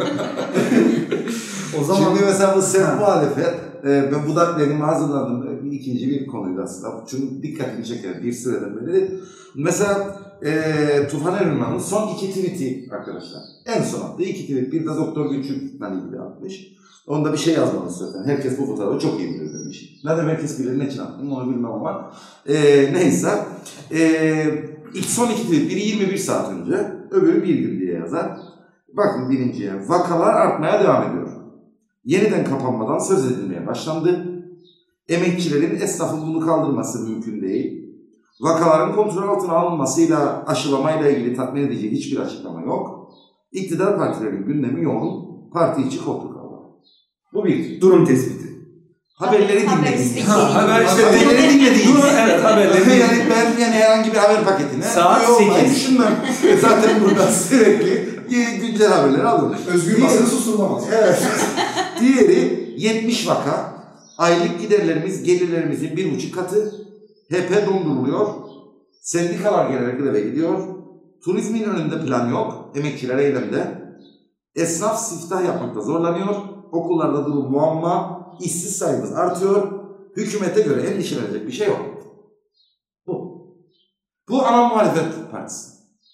O zaman şimdi mesela bu sert muhalefet, ben bu da benim hazırladığım ikinci bir konuydu aslında. Çünkü dikkatimi çeker bir süreden beri. Mesela Tufan Erman'ın son 2 tweet'i arkadaşlar. En son attığı 2 tweet. Bir de Doktor Güçlük'le ilgili atmış. Onda bir şey yazmamış zaten. Herkes bu fotoğrafı çok iyi bilir demiş. Ne demek herkes bilir, ne için attım onu bilmem ama. Neyse. İlk son 2 tweet. Biri 21 saat önce. Öbürü bir gün diye yazar. Bakın birinciye. Vakalar artmaya devam ediyor. Yeniden kapanmadan söz edilmeye başlandı. Emekçilerin esnafın bunu kaldırması mümkün değil. Vakaların kontrol altına alınmasıyla aşılamayla ilgili tatmin edici hiçbir açıklama yok. İktidar partilerinin gündemi yoğun. Parti içi koltuk aldı. Bu bir. Durum tespiti. Haberleri dinlediğiniz. Haberleri dinlediğiniz. Evet, haberleri. Yani ben yani herhangi bir haber paketine Saat olmayı 8. düşünmem. Zaten burada sürekli güncel haberleri alıyoruz. Özgür basını susturulamaz. Evet. Diğeri 70 vaka. Aylık giderlerimiz gelirlerimizin 1,5 katı. HP donduruluyor. Sendikalar genel greve gidiyor. Turizmin önünde plan yok. Emekçiler eylemde. Esnaf siftah yapmakta zorlanıyor. Okullarda durum muamma. İşsiz sayımız artıyor. Hükümete göre endişelenecek bir şey yok. Bu. Bu ana muhalefet partisi.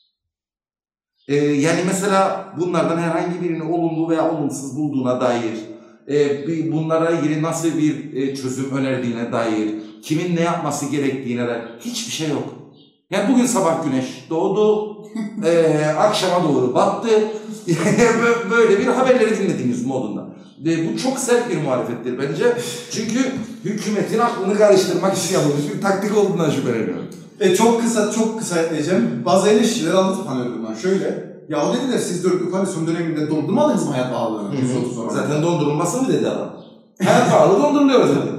Yani mesela bunlardan herhangi birini olumlu veya olumsuz bulduğuna dair, bunlara ilgili nasıl bir çözüm önerdiğine dair, kimin ne yapması gerektiğine dair hiçbir şey yok. Yani bugün sabah güneş doğdu, akşama doğru battı. Böyle bir haberleri dinlediğimiz modunda. Bu çok sert bir muhalefettir bence. Çünkü hükümetin aklını karıştırmak için yapılmış bir taktik olduğundan şüpheleniyorum. Çok kısa ekleyeceğim. Bazı eleştiriler aldı Tufan Erdoğan. Şöyle, ya dediler siz dörtlü koalisyon döneminde dondurmadınız mı hayat pahalılığını? Zaten dondurulması mı dedi adam? Hayat pahalı donduruluyor zaten.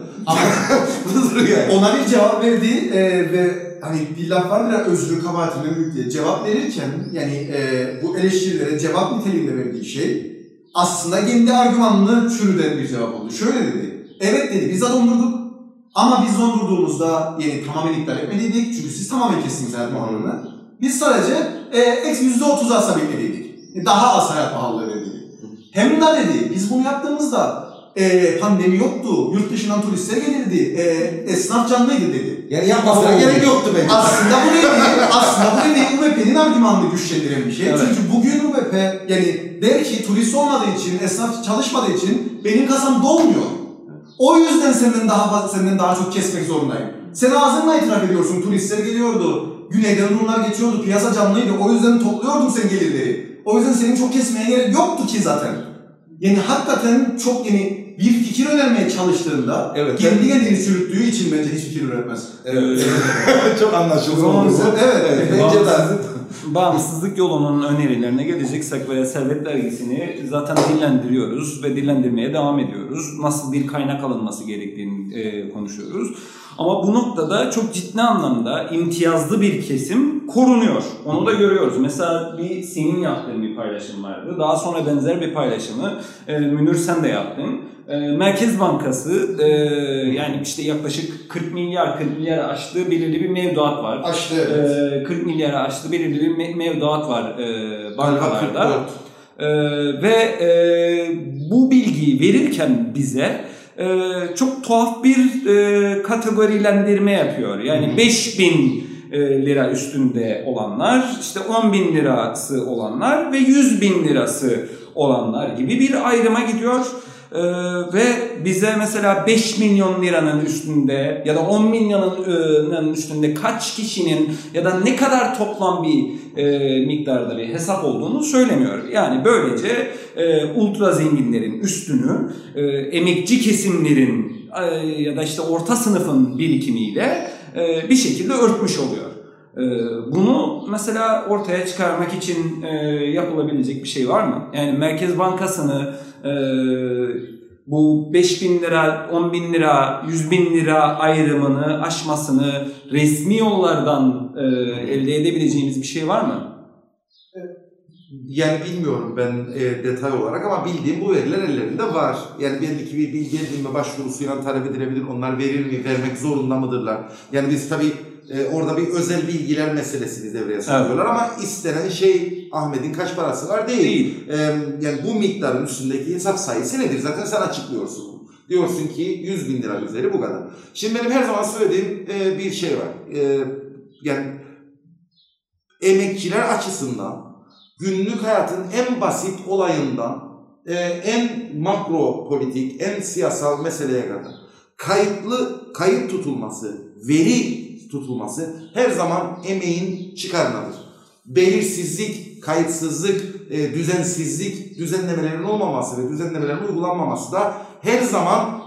Ona bir cevap verdi ve hani bir laf vardır ya özrü kabahatinden büyük diye. Cevap verirken yani bu eleştirilere cevap niteliğinde verdiği şey aslında kendi argümanını çürüden bir cevap oldu. Şöyle dedi. Evet dedi biz de dondurduk. Ama biz dondurduğumuzda yani tamamen iptal etmeliydik. Çünkü siz tamamen kestiniz hayat pahalılığını. Biz sadece %30'a sabitlediydik. Daha az hayat pahalılığı verdiydik. Hem de dedi biz bunu yaptığımızda pandemi yoktu. Yurt dışından turistler gelirdi. Esnaf canlıydı dedi. Yani yapmasına gerek yoktu bence. Aslında bu dedi UMP'nin argümanını güçlendiren bir şey. Evet. Çünkü bugün UMP yani der ki turist olmadığı için, esnaf çalışmadığı için benim kasam dolmuyor. O yüzden senden daha çok kesmek zorundayım. Sen ağzınla itiraf ediyorsun. Turistler geliyordu. Güneyden Rumlar geçiyordu. Piyasa canlıydı. O yüzden topluyordun sen gelirleri. O yüzden senin çok kesmeye gerek yoktu ki zaten. Yani hakikaten çok bir fikir önermeye çalıştığında kendi kendini çürüttüğü için bence hiç fikir üretmez. Evet. Çok anlaşıldı. Evet. Bence de. Bağımsızlık yolunun önerilerine geleceksek ve Servet Dergisi'ni zaten dillendiriyoruz ve dillendirmeye devam ediyoruz. Nasıl bir kaynak alınması gerektiğini konuşuyoruz. Ama bu noktada çok ciddi anlamda imtiyazlı bir kesim korunuyor. Onu da görüyoruz. Mesela senin yaptığın bir paylaşım vardı. Daha sonra benzer bir paylaşımı Münir sen de yaptın. Merkez Bankası yani işte yaklaşık 40 milyar aştığı belirli bir mevduat var. Aştı evet. 40 milyara aştığı belirli bir mevduat var bankalarda. Ve bu bilgiyi verirken bize çok tuhaf bir kategorilendirme yapıyor. Yani 5.000 lira üstünde olanlar, işte 10.000 lirası olanlar ve 100.000 lirası olanlar gibi bir ayrıma gidiyor. Ve bize mesela 5 milyon liranın üstünde ya da 10 milyonun üstünde kaç kişinin ya da ne kadar toplam bir miktarda bir hesap olduğunu söylemiyor. Yani böylece ultra zenginlerin üstünü emekçi kesimlerin ya da işte orta sınıfın birikimiyle bir şekilde örtmüş oluyor. Bunu mesela ortaya çıkarmak için yapılabilecek bir şey var mı? Yani Merkez Bankası'nı bu 5.000 lira, 10.000 lira, 100.000 lira ayrımını aşmasını resmi yollardan elde edebileceğimiz bir şey var mı? Yani bilmiyorum ben detay olarak ama bildiğim bu veriler ellerinde var. Yani belli ki bir bilgi edinme başvurusuyla talep edilebilir. Onlar verir mi, vermek zorunda mıdırlar? Yani biz tabii orada bir özel bilgiler meselesini devreye sokuyorlar ama istenen şey Ahmet'in kaç parası var değil. Yani bu miktarın üstündeki hesap sayısı nedir? Zaten sen açıklıyorsun. Diyorsun ki 100.000 lira üzeri bu kadar. Şimdi benim her zaman söylediğim bir şey var. Yani emekçiler açısından günlük hayatın en basit olayından en makro politik, en siyasal meseleye kadar kayıt tutulması, veri tutulması her zaman emeğin çıkarınadır. Belirsizlik, kayıtsızlık, düzensizlik, düzenlemelerin olmaması ve düzenlemelerin uygulanmaması da her zaman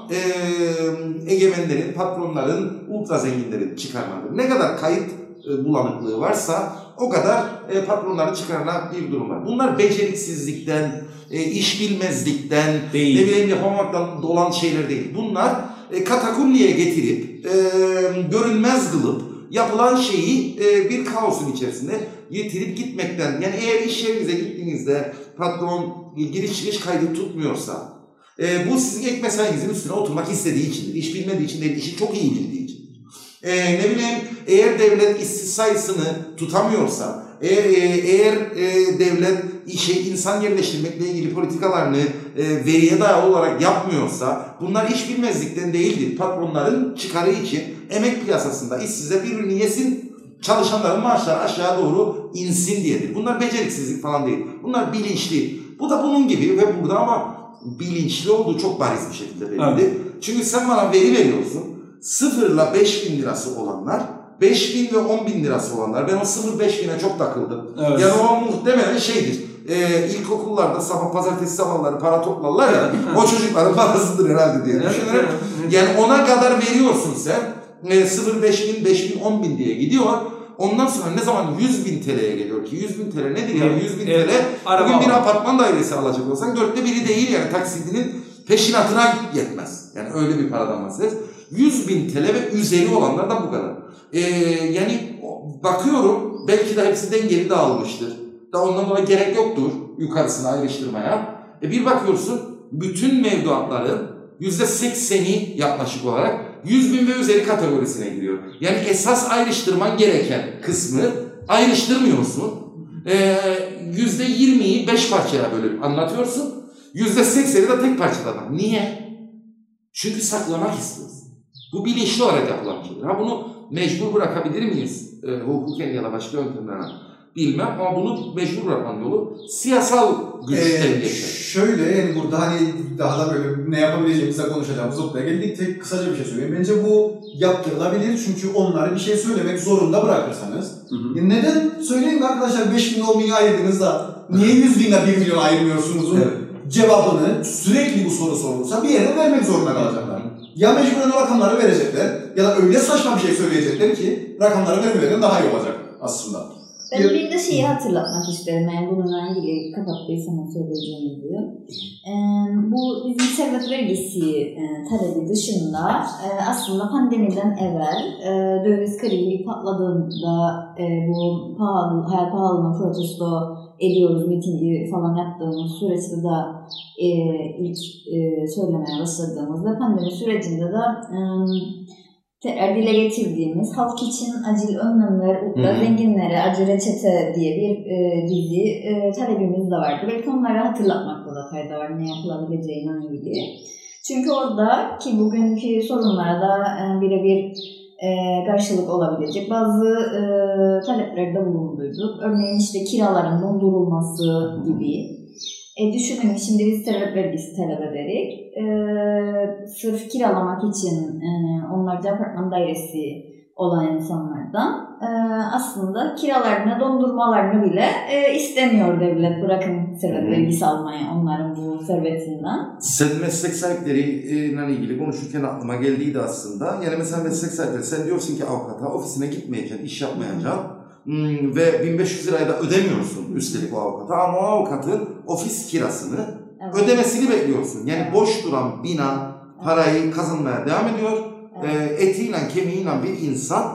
egemenlerin, patronların, ultra zenginlerin çıkarmadır. Ne kadar kayıt bulanıklığı varsa o kadar patronların çıkarılan bir durum var. Bunlar beceriksizlikten, iş bilmezlikten, değil. ne bileyim yapamamaktan dolan şeyler değil. Bunlar katakulliye getirip, görünmez kılıp yapılan şeyi bir kaosun içerisinde getirip gitmekten. Yani eğer iş yerinize gittiğinizde patron giriş çıkış kaydı tutmuyorsa, bu sizin ek mesainizin üstüne oturmak istediği içindir. İş bilmediği için değil, işi çok iyi bildiği için. Ne bileyim, eğer devlet işsiz sayısını tutamıyorsa, eğer devlet insan yerleştirmekle ilgili politikalarını veriye dayalı olarak yapmıyorsa, bunlar iş bilmezlikten değildir. Patronların çıkarı için emek piyasasında işsize birbirini yesin, çalışanların maaşları aşağı doğru insin diyedir. Bunlar beceriksizlik falan değil. Bunlar bilinçli. Bu da bunun gibi ve burada ama bilinçli olduğu çok bariz bir şekilde bellidir. Evet. Çünkü sen bana veri veriyorsun. 0 ile 5.000 lirası olanlar, 5.000 ve 10.000 lirası olanlar. Ben o 0-5.000'e çok takıldım. Evet. Yani o muhtemelen şeydir. İlkokullarda pazartesi sabahları para toplarlar ya. O çocukların parasıdır herhalde diye düşünüyorum. Yani ona kadar veriyorsun sen. 0, 5.000, 5.000, 10.000 diye gidiyor. Ondan sonra ne zaman 100.000 TL'ye geliyor ki? 100.000 TL nedir ya? 100.000 TL bugün bir apartman dairesi alacak olsan 1/4 değil yani taksidinin peşinatına yetmez. Yani öyle bir paradan bahsediyoruz. 100.000 TL ve üzeri olanlar da bu kadar. Yani bakıyorum belki de hepsi dengeli dağılmıştır. Da ondan dolayı gerek yoktur yukarısına ayrıştırmaya. Bir bakıyorsun bütün mevduatların %80'i yaklaşık olarak 100.000 ve üzeri kategorisine giriyor. Yani esas ayrıştırman gereken kısmı ayrıştırmıyorsun. %20'yi 5 parçaya bölüp anlatıyorsun. %80'i de tek parçada. Niye? Çünkü saklamak istiyorsun. Bu bilinçli olarak yapılan bir şeydir. Ha bunu mecbur bırakabilir miyiz? Hukuken ya da başka yöntemlerle bilmem ama bunu mecbur bırakmanın yolu siyasal güçten geçer. Şöyle yani burada hani daha da böyle ne yapabileceğimizle konuşacağımız noktaya geldik. Tek kısaca bir şey söyleyeyim. Bence bu yaptırılabilir çünkü onlara bir şey söylemek zorunda bırakırsanız. Neden söyleyin arkadaşlar 5.000 10.000'i ayırdınız da niye 100.000'le 1 milyon ayırmıyorsunuzun cevabını sürekli bu soru sorulursa bir yere vermek zorunda kalacaklar. Ya mecburen o rakamları verecekler ya da öyle saçma bir şey söyleyecekler ki rakamları vermelerinin daha iyi olacak aslında. Ben bir de şeyi hatırlatmak isterim. Yani bununla ilgili kapattıysam söyleyeceğimizi. Bu bizim servet vergisi talebi dışında aslında pandemiden evvel döviz krizi patladığında bu hayat pahalılığını protesto ediyoruz mitingi falan yaptığımız süreçte de ilk söylemeye başladığımızda pandemi sürecinde de tekrar dile getirdiğimiz halk için acil önlemler, zenginlere acı reçete diye bir dizi talebimiz de vardı. Belki onları hatırlatmakta da fayda var ne yapılabileceğine ilgili. Çünkü orada ki bugünkü sorunlara da birebir karşılık olabilecek bazı taleplerde bulunduyduk. Örneğin işte kiraların dondurulması gibi. Düşünün şimdi biz servet vergisi talep ederek sırf kiralamak için onlarca apartman dairesi olan insanlardan aslında kiralarını dondurmalarını bile istemiyor devlet. Bırakın servet vergisi almayı onların bu servetinden. Sen meslek sahipleriyle ilgili konuşurken aklıma geldiydi aslında. Yani mesela meslek sahipleri sen diyorsun ki avukata ofisine gitmeyeceksin, iş yapmayacaksın. Ve 1.500 liraya da ödemiyorsun üstelik o avukata ama o avukatın ofis kirasını Evet. Ödemesini bekliyorsun. Yani Evet. boş duran bina parayı kazanmaya devam ediyor. Evet. Etiyle kemiğiyle bir insan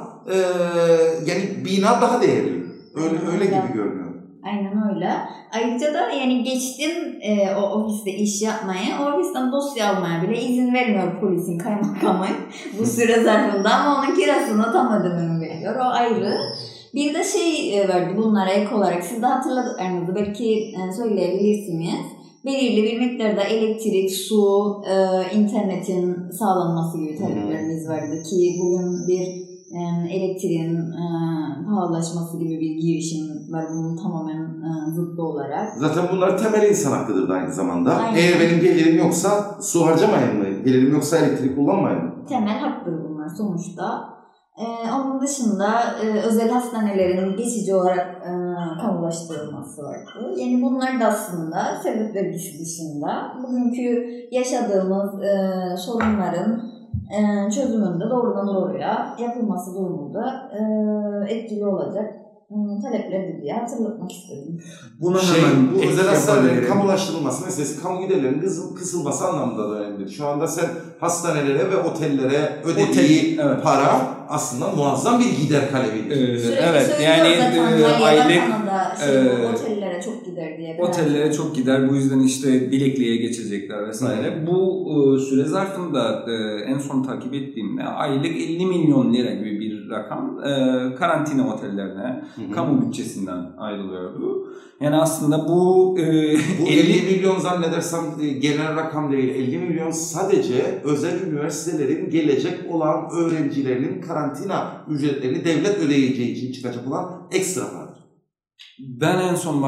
yani bina daha değerli. Öyle gibi görünüyor. Aynen öyle. Ayrıca da yani geçtim o ofiste iş yapmaya, o ofisten dosya almaya bile izin vermiyor polisin, kaymakamın bu süre zarfında, ama onun kirasını tam ödememi veriyor. O ayrı. Bir de verdi bunlara ek olarak, siz de hatırladıklarınızı belki söyleyebilirsiniz. Belirli bir miktarda elektrik, su, internetin sağlanması gibi taleplerimiz vardı ki bugün bir elektriğin pahalılaşması gibi bir girişim var bunun tamamen zıttı olarak. Zaten bunlar temel insan hakkıdır da aynı zamanda. Aynen. Eğer benim gelirim yoksa su harcamayın mı? Gelirim yoksa elektrik kullanmayın mı? Temel haktır bunlar sonuçta. Onun dışında özel hastanelerin geçici olarak kamulaştırılması vardı. Yani bunlar da aslında sebep vergisi dışında bugünkü yaşadığımız sorunların çözümünde doğrudan doğruya yapılması durumunda etkili olacak talepleri diye hatırlatmak istedim. Buna hemen Bu özel hastanelerin yapabilirim. kamulaştırılması meselesi kamu giderlerinin kısılması anlamında da önemlidir. Şu anda sen hastanelere ve otellere ödediği evet. para aslında muazzam bir gider kalemidir. Evet, yani aylık otellere çok gider diye. Otellere çok gider. Bu yüzden işte Bilekli'ye geçecekler vesaire. Bu süre zarfında en son takip ettiğimde aylık 50 milyon lira gibi bir rakam karantina otellerine kamu bütçesinden ayrılıyordu. Yani aslında bu 50 milyon zannedersem genel rakam değil. 50 milyon sadece özel üniversitelerin gelecek olan öğrencilerinin karantina ücretlerini devlet ödeyeceği için çıkacak olan ekstra para. Ben en son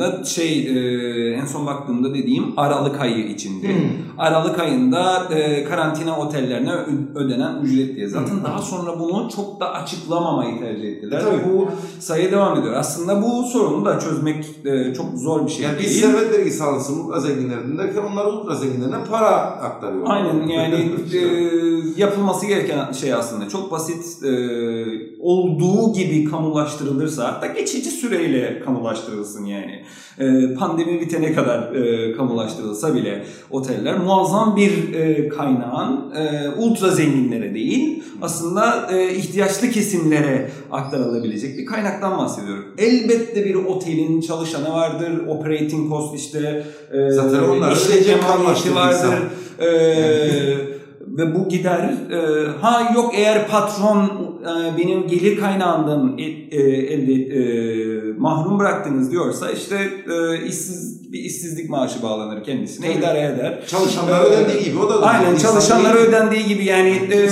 baktığımda dediğim Aralık ayı içindi. Aralık ayında karantina otellerine ödenen ücret diye. Zaten daha sonra bunu çok da açıklamamayı tercih ettiler. Tabii. Bu sayı devam ediyor. Aslında bu sorunu da çözmek çok zor bir şey Yani değil. biz servet vergisi alınsın ultra zenginlerden derken onlar ultra zenginlerine para aktarıyor. Aynen, yani yapılması gereken şey aslında çok basit. Olduğu gibi kamulaştırılırsa, hatta geçici süreyle kamulaştırılsın yani. Pandemi bitene kadar kamulaştırılsa bile oteller muazzam bir kaynağın ultra zenginlere değil, aslında ihtiyaçlı kesimlere aktarılabilecek bir kaynaktan bahsediyorum. Elbette bir otelin çalışanı vardır, operating cost işte zaten onlar işletme maliyeti vardır. Ve bu gider. Yok eğer patron benim gelir kaynağından mahrum bıraktınız diyorsa işte bir işsizlik maaşı bağlanır kendisine. Tabii. İdare eder. Çalışanlara ödendiği gibi o da. Aynen, çalışanlara ödendiği gibi yani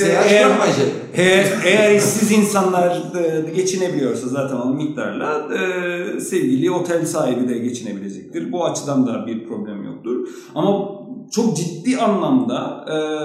eğer işsiz insanlar geçinebiliyorsa zaten o miktarla sevgili otel sahibi de geçinebilecektir. Bu açıdan da bir problem yoktur. Ama çok ciddi anlamda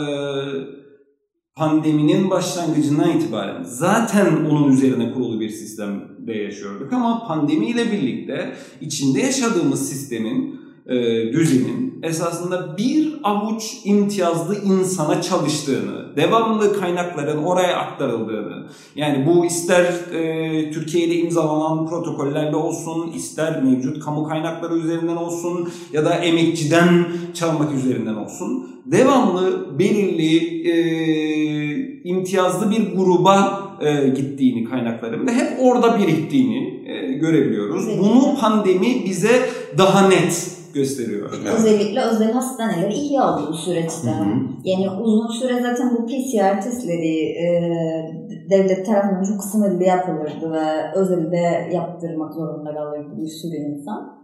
pandeminin başlangıcından itibaren zaten onun üzerine kurulu bir sistemde yaşıyorduk, ama pandemiyle birlikte içinde yaşadığımız sistemin, düzenin esasında bir avuç imtiyazlı insana çalıştığını, devamlı kaynakların oraya aktarıldığını, yani bu ister Türkiye'de imzalanan protokollerle olsun, ister mevcut kamu kaynakları üzerinden olsun ya da emekçiden çalmak üzerinden olsun, devamlı belirli imtiyazlı bir gruba gittiğini kaynakların ve hep orada biriktiğini görebiliyoruz. Bunu pandemi bize daha net gösteriyor. Özellikle özel hastaneler ihya oldu bu süreçte. Yani uzun süre zaten bu PCR testleri devlet tarafından çok sınırlı yapılırdı ve özelde yaptırmak zorunda kalırdı bir sürü insan.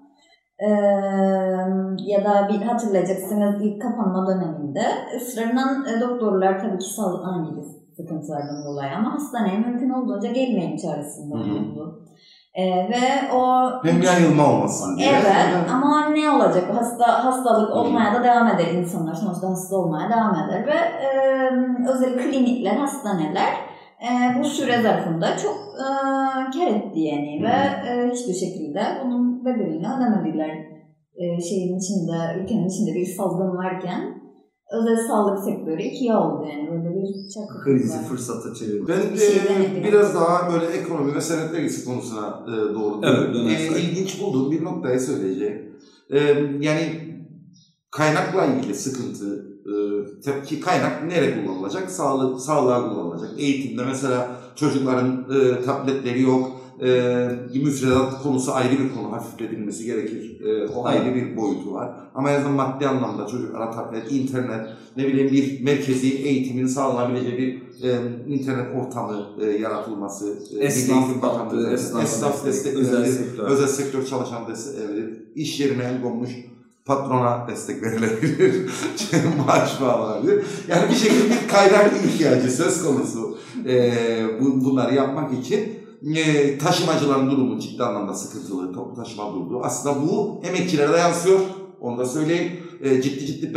Ya da bir hatırlayacaksınız, ilk kapanma döneminde ısrarla doktorlar tabii ki sağlıkla ilgili sıkıntılardan dolayı ama hastaneye mümkün olduğunca gelmeyin çaresinde oldu. Ve o hem yayılma olmasın diye. Evet, ama ne olacak? Hastalık olmaya da devam eder insanlar. Sonuçta hasta olmaya devam eder ve özel klinikler, hastaneler bu süre zarfında çok kar etti yani ve hiçbir şekilde bunun bedelini ödemediler. Ülkenin içinde bir salgın varken özel sağlık sektörü ikiye oldu yani, böyle bir çakı. Krizi fırsata çevirdi. Ben biraz daha böyle ekonomi ve senet vergisi konusuna doğru. Evet, ilginç bulduğum bir noktayı söyleyeceğim. Yani kaynakla ilgili sıkıntı, tabii ki kaynak nereye kullanılacak? Sağlığa kullanılacak. Eğitimde mesela çocukların tabletleri yok. Müfredat konusu ayrı bir konu, hafifletilmesi gerekir. O ayrı bir boyutu var. Ama en azından maddi anlamda çocuklara tablet, internet, ne bileyim bir merkezi eğitimin sağlanabileceği bir internet ortamı yaratılması, esnaf destekleri, özel sektör çalışan destekleri, iş yerine el konmuş patrona destek verilebilir, maaş bağlanabilir. Yani bir şekilde bir kaynak ihtiyacı söz konusu bunları yapmak için. Taşımacıların durumu ciddi anlamda sıkıntılı, toplu taşıma durdu. Aslında bu emekçilere de yansıyor, onu da söyleyeyim. Ciddi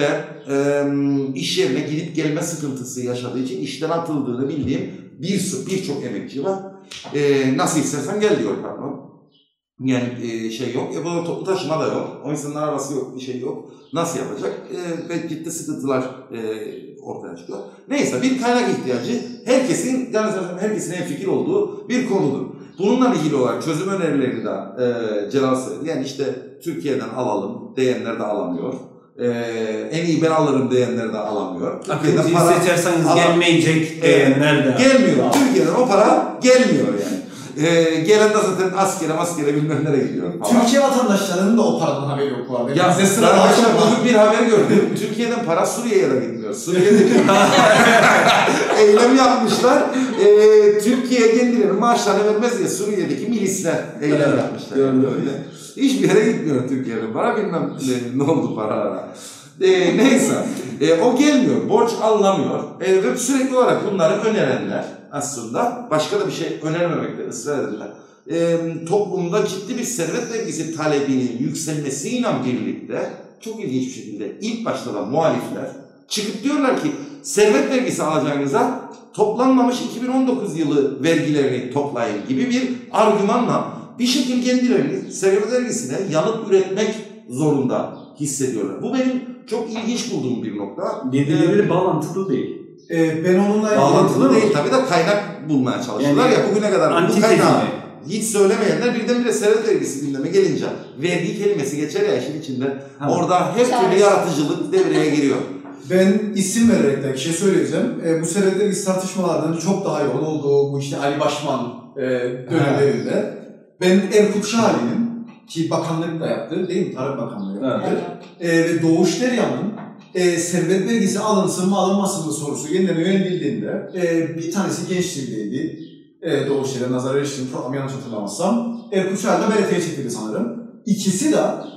iş yerine gidip gelme sıkıntısı yaşadığı için işten atıldığını bildiğim birçok emekçi var. Nasıl istersen gel diyor patron. Yani şey yok, burada toplu taşıma da yok, o insanların arabası yok, bir şey yok. Nasıl yapacak? Ve ciddi sıkıntılar ortaya çıkıyor. Neyse, bir kaynak ihtiyacı herkesin en fikir olduğu bir konudur. Bununla ilgili olarak çözüm önerilerini de Celal söyledi. Yani işte Türkiye'den alalım diyenler de alamıyor. En iyi ben alırım diyenler de alamıyor. Akıncıyı seçerseniz gelmeyecek diyenler de. Gelmiyor. Türkiye'den o para gelmiyor yani. Gelen de zaten askere bilmem nereye gidiyor falan. Türkiye vatandaşlarının da o paradan haberi yok bu arada. Ya ben bugün bir haber gördüm. Türkiye'den para Suriye'ye de gitmiyor. Suriye'deki eylem yapmışlar. Türkiye kendilerinin maaşlarını vermez diye Suriye'deki milisler eylem yapmışlar. Öyle. Hiçbir yere gitmiyor Türkiye'nin para. Bilmem ne oldu paralara. Neyse. O gelmiyor. Borç alınamıyor. Ve sürekli olarak bunları önerenler aslında başka da bir şey önermemekte ısrar ederler. Toplumda ciddi bir servet vergisi talebinin yükselmesiyle birlikte çok ilginç bir şekilde ilk başta da muhalifler çıkıp diyorlar ki servet vergisi alacağınıza toplanmamış 2019 yılı vergilerini toplayın gibi bir argümanla bir şekilde kendilerini servet vergisine yanıt üretmek zorunda hissediyorlar. Bu benim çok ilginç bulduğum bir nokta. Birbirleriyle bağlantılı değil. Ben onunla bağlantılı değil tabii de kaynak bulmaya çalışıyorlar yani, ya bugüne kadar bu kaynağı hiç söylemeyenler birdenbire servet vergisi gündeme gelince vergi kelimesi geçer ya işin içinde. Orada hep türlü yaratıcılık devreye giriyor. Ben isim vererek de bir şey söyleyeceğim. Bu servet vergisi tartışmalarının çok daha yoğun olduğu bu işte Ali Başman dönemlerinde ben Erkut Şahin'in ki bakanlık da yaptı değil mi? Tarım Bakanlığı yaptı. Ve Doğuş Derya'nın servet vergisi alınsın mı alınmasın mı sorusu yeniden yöneltildiğinde bir tanesi gençliğindeydi. Doğuş Derya, Nazar Erişkin programı yanlış hatırlamazsam. Erkut Şahin de BRT'ye çekildi sanırım. İkisi de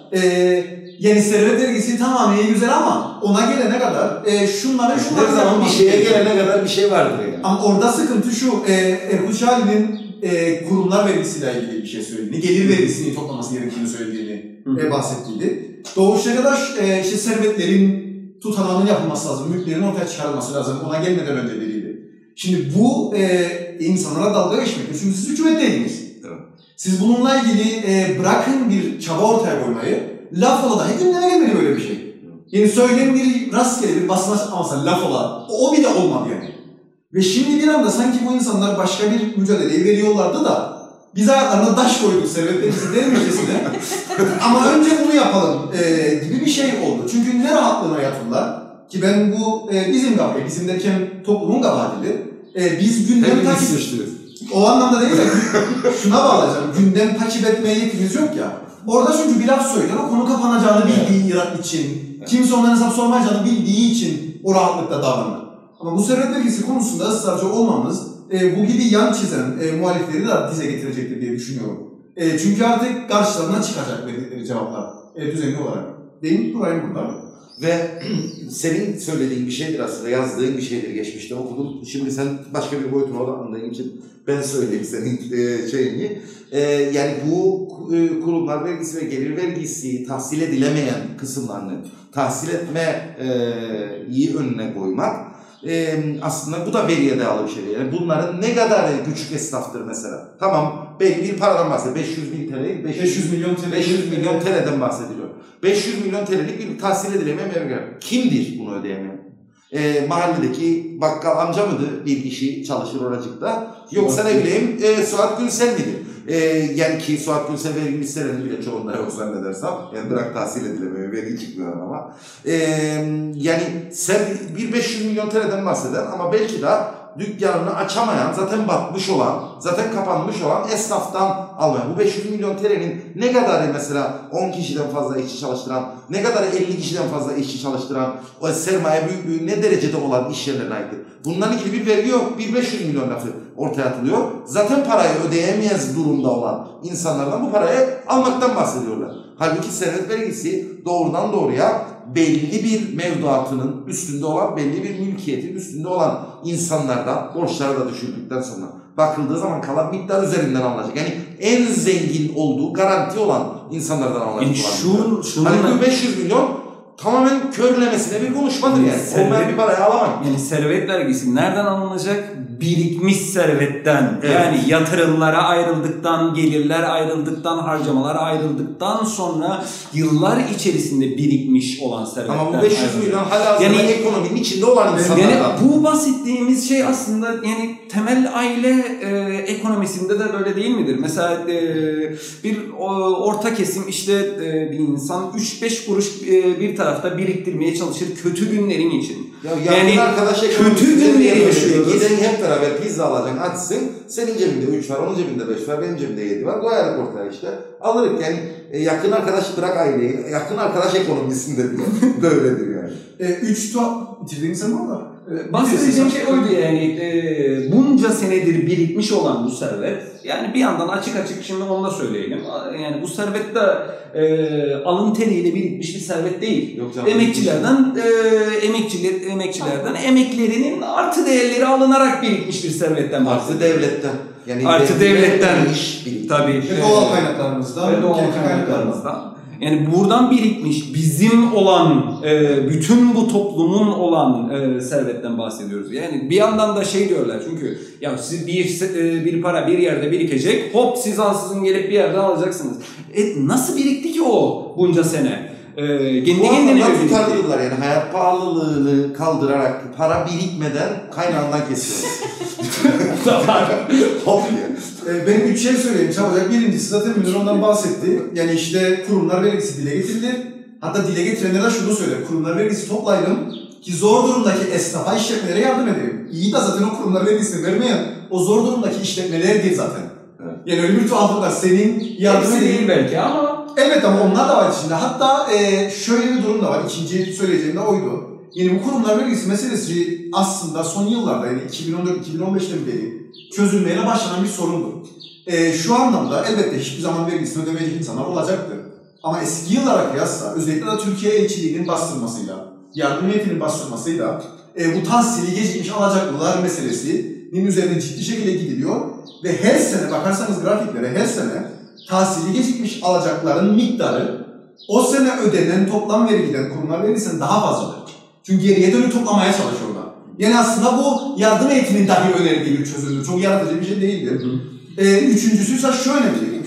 yeni servet vergisi tamamen güzel ama ona gelene kadar şunların her zaman bir şeye gelene kadar bir şey vardır yani. Ama orada sıkıntı şu, Erkut Şahin'in kurumlar vergisiyle ilgili bir şey söylediğini, gelir vergisini toplaması gerektiğini söylediğini bahsettiydi. Doğuş Derya'da işte servetlerin tutanağının yapılması lazım, mülklerin ortaya çıkarılması lazım, ona gelmeden önce dediydi. Şimdi bu insanlara dalga geçmektir. Çünkü siz hükümetteydiniz. Evet. Siz bununla ilgili bırakın bir çaba ortaya koymayı, laf ola dahi gündeme gelmedi böyle bir şey. Yani söyleyen bir rastgele bir basına çıkmasa laf ola, o bile olmadı yani. Ve şimdi bir anda sanki bu insanlar başka bir mücadeleyi veriyorlardı da biz ayaklarına taş koyduk servetlerimizi dermişçesine ama önce bunu yapalım gibi bir şey oldu. Çünkü ne rahatlığına yatırlar ki ben bu bizim kabahati, bizim derken toplumun kabahatidir. Biz gündem takip... O anlamda değil de şuna bağlayacağım. Gündem takip etmeye yetimiz yok ya. Orada çünkü bir laf söyler, o konu kapanacağını bildiği için, kimse ondan hesap sormayacağını bildiği için o rahatlıkla davranır. Ama bu servet vergisi konusunda ısrarcı olmamız bu gibi yan çizen muhalifleri de dize getirecektir diye düşünüyorum. Çünkü artık karşılarına çıkacak verdikleri cevaplar düzenli olarak. Değil mi? Durayım bunlar. Ve senin söylediğin bir şeydir aslında, yazdığın bir şeydir geçmişte okudum. Şimdi sen başka bir boyutuna odaklandığın için ben söyleyeyim senin şeyini. Yani bu kurumlar vergisi ve gelir vergisi tahsil edilemeyen kısımlarını tahsil etmeyi önüne koymak aslında bu da veriye dayalı bir şey. Yani bunların ne kadar küçük esnaftır mesela. Tamam, belki bir paradan bahsediyor. 500 milyon TL'den bahsediliyor. 500 milyon TL'lik bir tahsil edilemeyen vergi. Kimdir bunu ödeyemeyen? Mahalledeki bakkal amca mıdır bir kişi çalışır oracıkta? Yoksa ne bileyim Suat Gülsel midir? Yani ki Suat Gülse vergi listelerinin bile çoğunda yok zannedersem. Yani bırak tahsil edilemeyi, vergi çıkmıyor ama. Yani sen 1.500 milyon TL'den bahseder ama belki de dükkanını açamayan, zaten batmış olan, zaten kapanmış olan esnaftan almayan. Bu 500 milyon TL'nin ne kadarı mesela 10 kişiden fazla işçi çalıştıran, ne kadarı 50 kişiden fazla işçi çalıştıran, o sermaye büyüklüğü ne derecede olan iş yerlerine aittir. Bundan ilgili bir vergi yok. 1.500 milyon lafı ortaya atılıyor. Zaten parayı ödeyemez durumda olan insanlardan bu parayı almaktan bahsediyorlar. Halbuki servet vergisi doğrudan doğruya belli bir mevduatının üstünde olan, belli bir mülkiyetin üstünde olan insanlardan borçları da düşürdükten sonra bakıldığı zaman kalan miktar üzerinden alınacak. Yani en zengin olduğu garanti olan insanlardan alınacak. Yani hani bu 500 milyon tamamen körlemesine bir konuşmadır yani. Olmayan bir parayı alamam. Yani servet vergisi nereden alınacak? Birikmiş servetten. Evet. Yani yatırımlara ayrıldıktan, gelirler ayrıldıktan, harcamalar ayrıldıktan sonra yıllar içerisinde birikmiş olan servetten. Ama bu 500 milyon halihazırda yani, ekonominin içinde olan insanlardan. Yani bu bahsettiğimiz şey aslında yani temel aile ekonomisinde de böyle değil midir? Mesela bir orta kesim işte bir insan 3-5 kuruş bir tarafta biriktirmeye çalışır kötü günlerin için. Ya yani arkadaş kötü günleri yaşıyoruz. Giden hep beraber pizza alacaksın, açsın. Senin cebinde 3 var, onun cebinde 5 var, benim cebimde 7 var. Koyardık ortaya işte. Alırız yani yakın arkadaş bırak aileyi. Yakın arkadaş ekonomisinde bile böyledir yani. 3 bitirdin sen orada. Bahsedeceğim şey oydu yani bunca senedir birikmiş olan bu servet yani bir yandan açık şimdi onu da söyleyelim yani bu servet de alın teriyle birikmiş bir servet değil. Yok canım, emekçilerden emeklerinin artı değerleri alınarak birikmiş bir servetten bahsediyoruz. Artı devletten. Yani artı devletten tabii. Ve doğal kaynaklarımızdan. Ve doğal kaynaklarımızdan. Yani buradan birikmiş, bizim olan, bütün bu toplumun olan servetten bahsediyoruz. Yani bir yandan da şey diyorlar çünkü ya siz bir para bir yerde birikecek, hop siz ansızın gelip bir yerden alacaksınız. Nasıl birikti ki o bunca sene? Bu anlamda tutarlıdırlar yani hayat pahalılığını kaldırarak para birikmeden kaynağından kesiyorlar. Hop ya. Benim 3 şey söyleyeyim çabucak. Birincisi zaten Münir ondan bahsetti. Yani işte kurumlar vergisi dile getirilir. Hatta dile getirenler de şunu söyler. Kurumlar vergisi toplayalım ki zor durumdaki esnafa, işletmelere yardım edelim. İyi de zaten o kurumlar vergisini vermeyen o zor durumdaki işletmeler değil zaten. Evet. Yani öyle bir tuhaflık var. Senin yardım değil belki ama evet ama onlar da var içinde. Hatta şöyle bir durum da var. İkinci söyleyeceğim de oydu. Yani bu kurumlar vergisi meselesi aslında son yıllarda yani 2014-2015'ten beri çözülmeye başlanan bir sorundur. Şu anlamda elbette hiçbir zaman vergisini ödemeyecek insanlar olacaktır. Ama eski yıllara kıyasla özellikle de Türkiye elçiliğinin bastırmasıyla, yardım heyetinin bastırmasıyla bu tahsili gecikmiş alacaklılar meselesinin üzerine ciddi şekilde gidiliyor. Ve her sene bakarsanız grafiklere her sene tahsili gecikmiş alacakların miktarı o sene ödenen toplam vergiden kurumlar vergisinden daha fazladır. Çünkü geriye dönüp toplamaya çalışıyorlar. Yani aslında bu yardım heyetinin dahi önerdiği bir çözümdür. Çok yaratıcı bir şey değildir. Üçüncüsü ise şu önemli.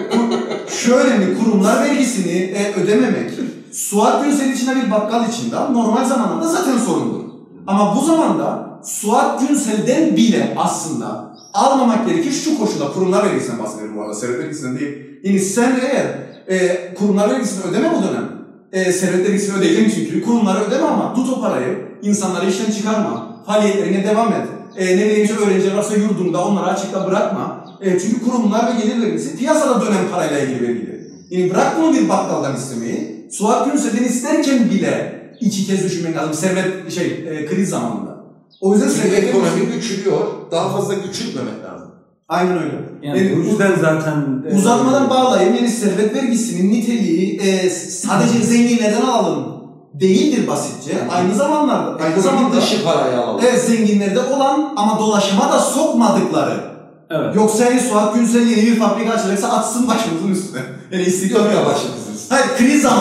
Şu önemli, kurumlar vergisini ödememek, Suat Günsel'in içinde bir bakkal içinde normal zamanlarda zaten sorundur. Ama bu zamanda Suat Günsel'den bile aslında almamak gerekir şu koşulda. Kurumlar vergisinden bahsediyorum bu arada, servet vergisinden değil. Yani sen eğer kurumlar vergisini ödeme bu dönem. Servet vergisini ödeyeceğim çünkü kurumları ödeme ama tut o parayı, insanları işten çıkarma, faaliyetlerine devam et. Ne bileyim işte öğrenciler varsa yurdunda onları açıkta bırakma. Çünkü kurumlar ve gelir vergisi piyasada dönen parayla ilgili vergidir. Yani bırak bunu bir bakkaldan istemeyi, Suat Günsel'den isterken bile iki kez düşünmek lazım servet kriz zamanında. O yüzden servet ekonomi küçülüyor, daha fazla küçülmemek lazım. Aynen öyle. Yani bu yüzden zaten uzatmadan bağlayayım. Yani servet vergisinin niteliği sadece zenginlerden alalım değildir basitçe. Aynı zamanda dışı parayı alalım. Evet, zenginlerde olan ama dolaşıma da sokmadıkları. Evet. Yoksa yani Suat Günsel yeni bir fabrika açacaksa atsın başımızın üstüne. Yani istiyor ya başımızın üstüne. Hayır,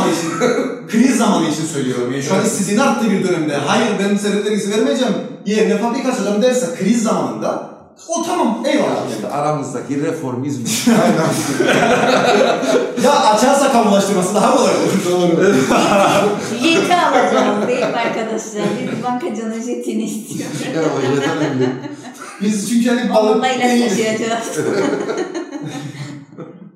kriz zamanı için söylüyorum. Yani şu an işsizliğin arttığı bir dönemde hayır ben servet vergisi vermeyeceğim yerine fabrika açacağım derse kriz zamanında o tamam, eyvallah. İşte aramızdaki reformizm. Ya açarsa kamulaştırması daha kolay olur. Doğru. Jeti alacağız değil mi arkadaşlar? Biz bankacının jetini istiyoruz. Evet, o jet önemli. Biz çünkü hani balık taşıyacağız.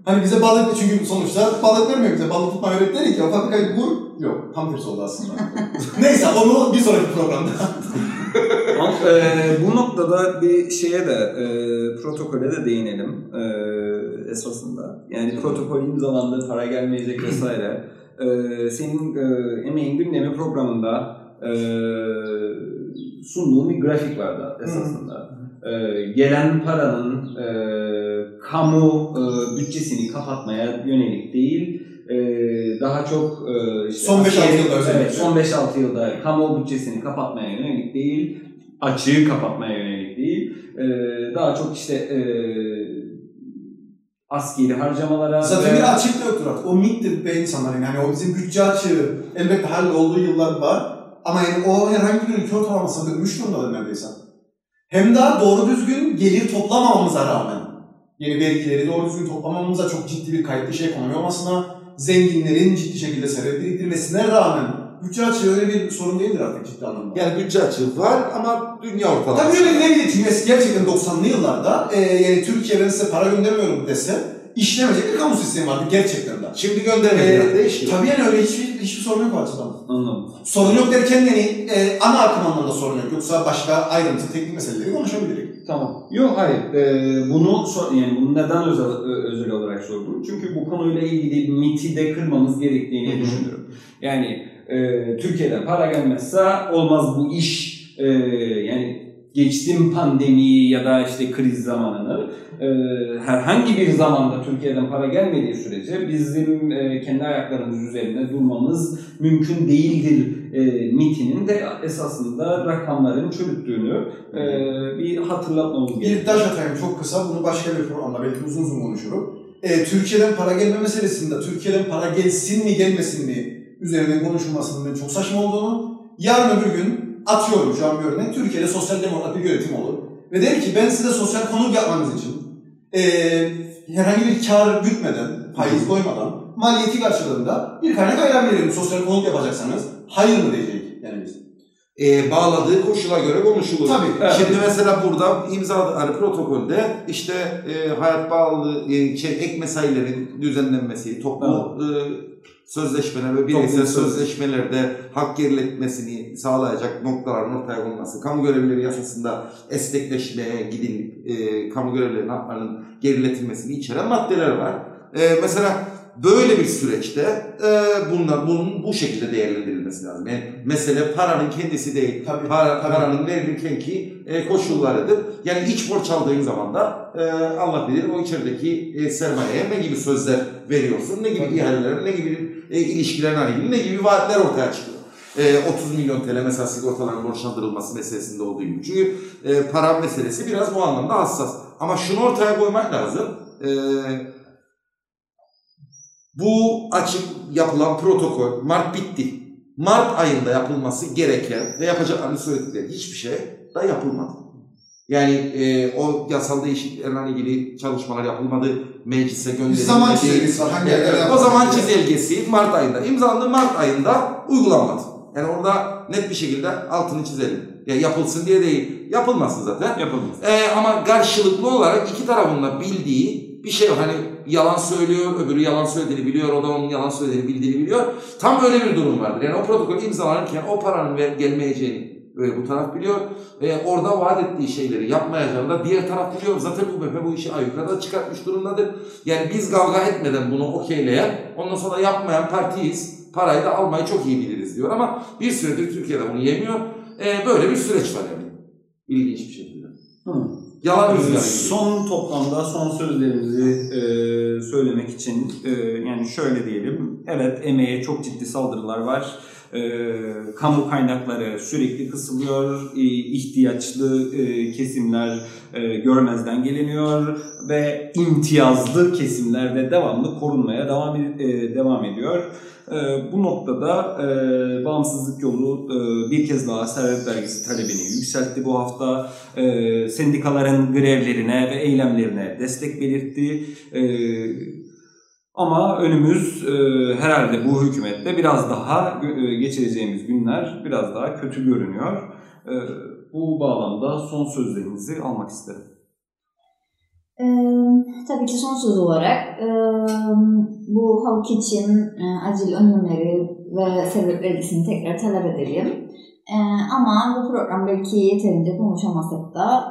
Hani bize balık, çünkü sonuçta balık vermiyor bize. Balık tutma öğretleri ki o fabrikayı kur. Yok, tam tersi oldu aslında. Neyse, onu bir sonraki programda. Bu noktada bir şeye de protokole de değinelim esasında. Yani protokol imzalandı, para gelmeyecek vesaire. Senin Emeğin Gündemi programında sunduğun bir grafik vardı esasında. Gelen paranın kamu bütçesini kapatmaya yönelik değil, daha çok işte son 5-6 yılda özellikle. Evet, son 5-6 yılda kamu bütçesini kapatmaya yönelik değil, açığı kapatmaya yönelik değil, daha çok işte askeri harcamalara... Zaten bir açık da yoktur artık. O mittir be insanların. Yani o bizim bütçe açığı elbette hallolduğu yıllar var. Ama yani o herhangi bir ülke ortalamasına dönmüş durumdadır neredeyse. Hem daha doğru düzgün gelir toplamamamıza rağmen, yeni vergileri doğru düzgün toplamamamıza, çok ciddi bir kayıtlı ekonomi olmasına, zenginlerin ciddi şekilde servet biriktirmesine rağmen bütçe açığı öyle bir sorun değildir artık ciddi anlamda. Yani bütçe açığı var ama dünya ortalaması. Tabii öyle ne bileyim, çünkü gerçekten 90'lı yıllarda yani Türkiye'den size para göndermiyorum dese işlemeyecek bir kamu sistemi vardı gerçekten de. Şimdi göndermeler değişiyor. Tabii yani öyle hiçbir sorun yok o açıdan. Anladım. Sorun yok derken yani ana akım anlamda sorun yok. Yoksa başka ayrıntı teknik meseleleri konuşabiliriz. Tamam. Yok hayır. Bunu neden özel olarak sordum? Çünkü bu konuyla ilgili miti de kırmamız gerektiğini düşünüyorum. Yani Türkiye'den para gelmezse olmaz bu iş. Yani geçtim pandemiyi ya da işte kriz zamanını, herhangi bir zamanda Türkiye'den para gelmediği sürece bizim kendi ayaklarımız üzerinde durmamız mümkün değildir mitinin de esasında rakamların çürüttüğünü bir hatırlatmamız gerekiyor. Bir taş atayım çok kısa, bunu başka bir programda belki uzun uzun konuşurum. Türkiye'den para gelme meselesinde Türkiye'den para gelsin mi gelmesin mi üzerinde konuşulmasının çok saçma olduğunu, yarın öbür gün atıyorum şu an bir örnek, Türkiye'de sosyal demokrat bir yönetim olur ve der ki ben size sosyal konut yapmanız için herhangi bir kar gütmeden, faiz koymadan, maliyeti karşılığında bir kaynak ayırabilirim sosyal konut yapacaksanız. Hayır mı diyecek yani biz? Bağladığı koşula göre konuşulur. Tabii. Evet. Şimdi mesela burada hani protokolde işte hayat bağlı ek mesailerin düzenlenmesi, toplu sözleşmeler ve bireysel sözleşmelerde hak geriletmesini sağlayacak noktaların ortaya konulması, kamu görevlileri yasasında esnekleşmeye gidilip kamu görevlilerinin haklarının geriletilmesini içeren maddeler var. Mesela böyle bir süreçte bunun bu şekilde değerlendirilmesi lazım. Yani mesele paranın kendisi değil, paranın verilirkenki koşullarıdır. Yani iç borç aldığın zaman da Allah bilir o içerideki sermayeye ne gibi sözler veriyorsun, ne gibi ihaleler, ne gibi ilişkilerin ilgili, ne gibi vaatler ortaya çıkıyor. 30 milyon TL mesela sigortaların borçlandırılması meselesinde olduğu gibi. Çünkü para meselesi biraz bu anlamda hassas. Ama şunu ortaya koymak lazım. Bu açık yapılan protokol, Mart bitti. Mart ayında yapılması gereken ve yapacaklarını söyledikleri hiçbir şey daha yapılmadı. Yani o yasal değişikliklerle ilgili çalışmalar yapılmadı, meclise gönderilmedi. Zaman çizelgesi var. Hangi o zaman çizelgesi Mart ayında imzalandı, Mart ayında uygulanmadı. Yani orada net bir şekilde altını çizelim. Ya yapılsın diye değil, yapılmasın zaten. Yapılmaz. Ama karşılıklı olarak iki tarafın da bildiği bir şey var. Hani yalan söylüyor, öbürü yalan söylediğini biliyor, o da onun yalan söylediğini bildiğini biliyor. Tam öyle bir durum vardır. Yani o protokol imzalanırken o paranın gelmeyeceğini bu taraf biliyor. Orada vaat ettiği şeyleri yapmayacağını da diğer taraf biliyor. Zaten UBP bu işi ayyukrada çıkartmış durumdadır. Yani biz kavga etmeden bunu okeyleyen, ondan sonra yapmayan partiyiz. Parayı da almayı çok iyi biliriz diyor ama bir süredir Türkiye'de bunu yemiyor. Böyle bir süreç var yani. İlginç bir şekilde. Yalan rüzgarı gibi. Son toplamda son sözlerimizi söylemek için yani şöyle diyelim. Evet, emeğe çok ciddi saldırılar var. Kamu kaynakları sürekli kısılıyor. İhtiyaçlı kesimler görmezden geliniyor ve imtiyazlı kesimler de devamlı korunmaya devam ediyor. Bu noktada Bağımsızlık Yolu bir kez daha servet vergisi talebini yükseltti bu hafta. Sendikaların grevlerine ve eylemlerine destek belirtti. Ama önümüz herhalde bu hükümette biraz daha geçireceğimiz günler biraz daha kötü görünüyor. Bu bağlamda son sözlerinizi almak isterim. Tabii ki son söz olarak bu halk için acil önlemleri ve servet vergisini tekrar talep edelim. Ama bu program belki yeterince konuşamasak da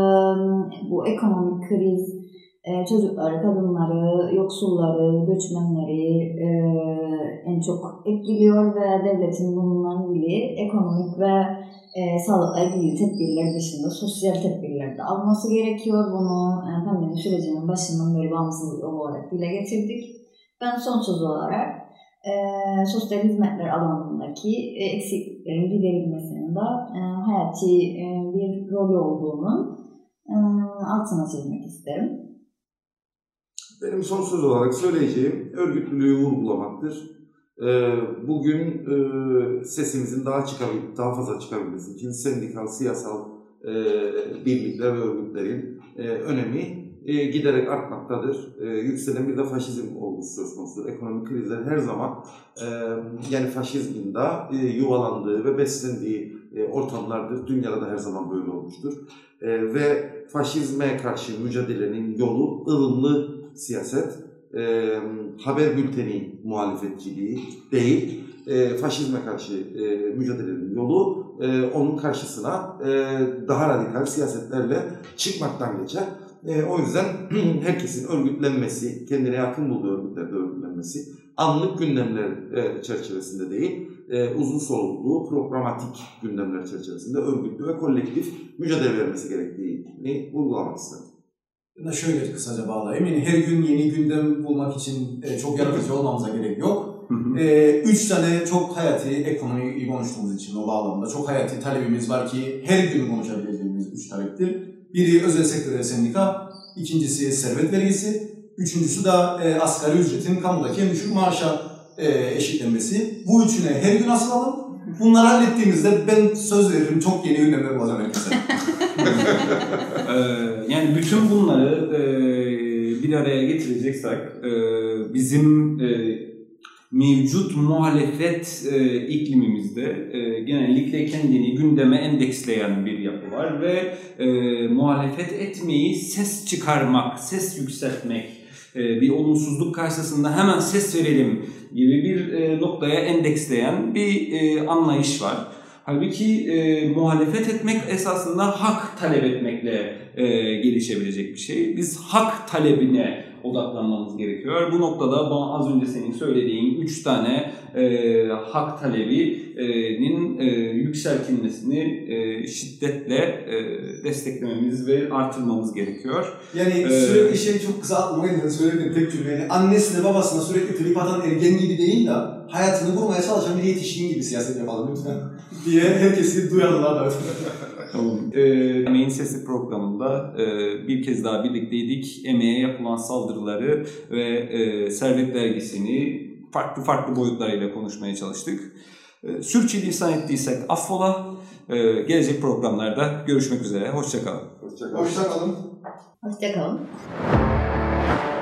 bu ekonomik kriz çocukları, kadınları, yoksulları, göçmenleri en çok etkiliyor ve devletin bununla ilgili ekonomik ve sağlıkla ilgili tedbirler dışında sosyal tedbirler de alması gerekiyor. Bunu pandemi sürecinin başından beri bağımsız olarak dile getirdik. Ben son söz olarak sosyal hizmetler alanındaki eksikliklerin giderilmesinin de hayati bir rolü olduğunu altına çizmek isterim. Benim son söz olarak söyleyeceğim örgütlülüğü vurgulamaktır. Bugün sesimizin daha fazla çıkabilmesi için sendikal, siyasal birlikler ve örgütlerin önemi giderek artmaktadır. Yükselen bir de faşizm olgusu söz konusudur. Ekonomik krizler her zaman yani faşizmin de yuvalandığı ve beslendiği ortamlardır. Dünyada da her zaman böyle olmuştur. Ve faşizme karşı mücadelenin yolu ılımlı siyaset, haber bülteni muhalefetçiliği değil, faşizme karşı mücadelenin yolu onun karşısına daha radikal siyasetlerle çıkmaktan geçer. O yüzden herkesin örgütlenmesi, kendine yakın bulduğu örgütlerde örgütlenmesi, anlık gündemler çerçevesinde değil, uzun soluklu, programatik gündemler çerçevesinde örgütlü ve kolektif mücadele vermesi gerektiğini vurgulamak istedim. Ben de şöyle kısaca bağlayayım. Yani her gün yeni gündem bulmak için çok yaratıcı olmamıza gerek yok. 3 tane çok hayati, ekonomiyi konuştuğumuz için o bağlamda çok hayati talebimiz var ki her gün konuşabileceğimiz 3 taleptir. Biri özel sektör sendika, ikincisi servet vergisi, üçüncüsü de asgari ücretin kamudaki en düşük maaşa eşitlenmesi. Bu üçüne her gün asılalım. Bunları hallettiğimizde ben söz veririm çok yeni gündemler bulacağım herkese. Yani bütün bunları bir araya getireceksek bizim mevcut muhalefet iklimimizde genellikle kendini gündeme endeksleyen bir yapı var ve muhalefet etmeyi ses çıkarmak, ses yükseltmek, bir olumsuzluk karşısında hemen ses verelim gibi bir noktaya endeksleyen bir anlayış var. Halbuki muhalefet etmek esasında hak talep etmekle gelişebilebilecek bir şey. Biz hak talebine odaklanmamız gerekiyor. Bu noktada az önce senin söylediğin 3 tane hak talebinin yükseltilmesini şiddetle desteklememiz ve artırmamız gerekiyor. Yani sürekli çok kısa aklıma gelen söylediğim tek cümle. Yani annesine babasına sürekli trip atan ergen gibi değil de hayatını kurmaya çalışan bir yetişkin gibi siyaset yapalım lütfen diye herkesi duyarlar da. Tamam. Emeğin Sesi programında bir kez daha birlikteydik. Emeğe yapılan saldırıları ve servet vergisini farklı boyutlarıyla konuşmaya çalıştık. Sürçülisan ettiysek affola. Gelecek programlarda görüşmek üzere. Hoşça kalın. Hoşça kalın. Hoşça kalın.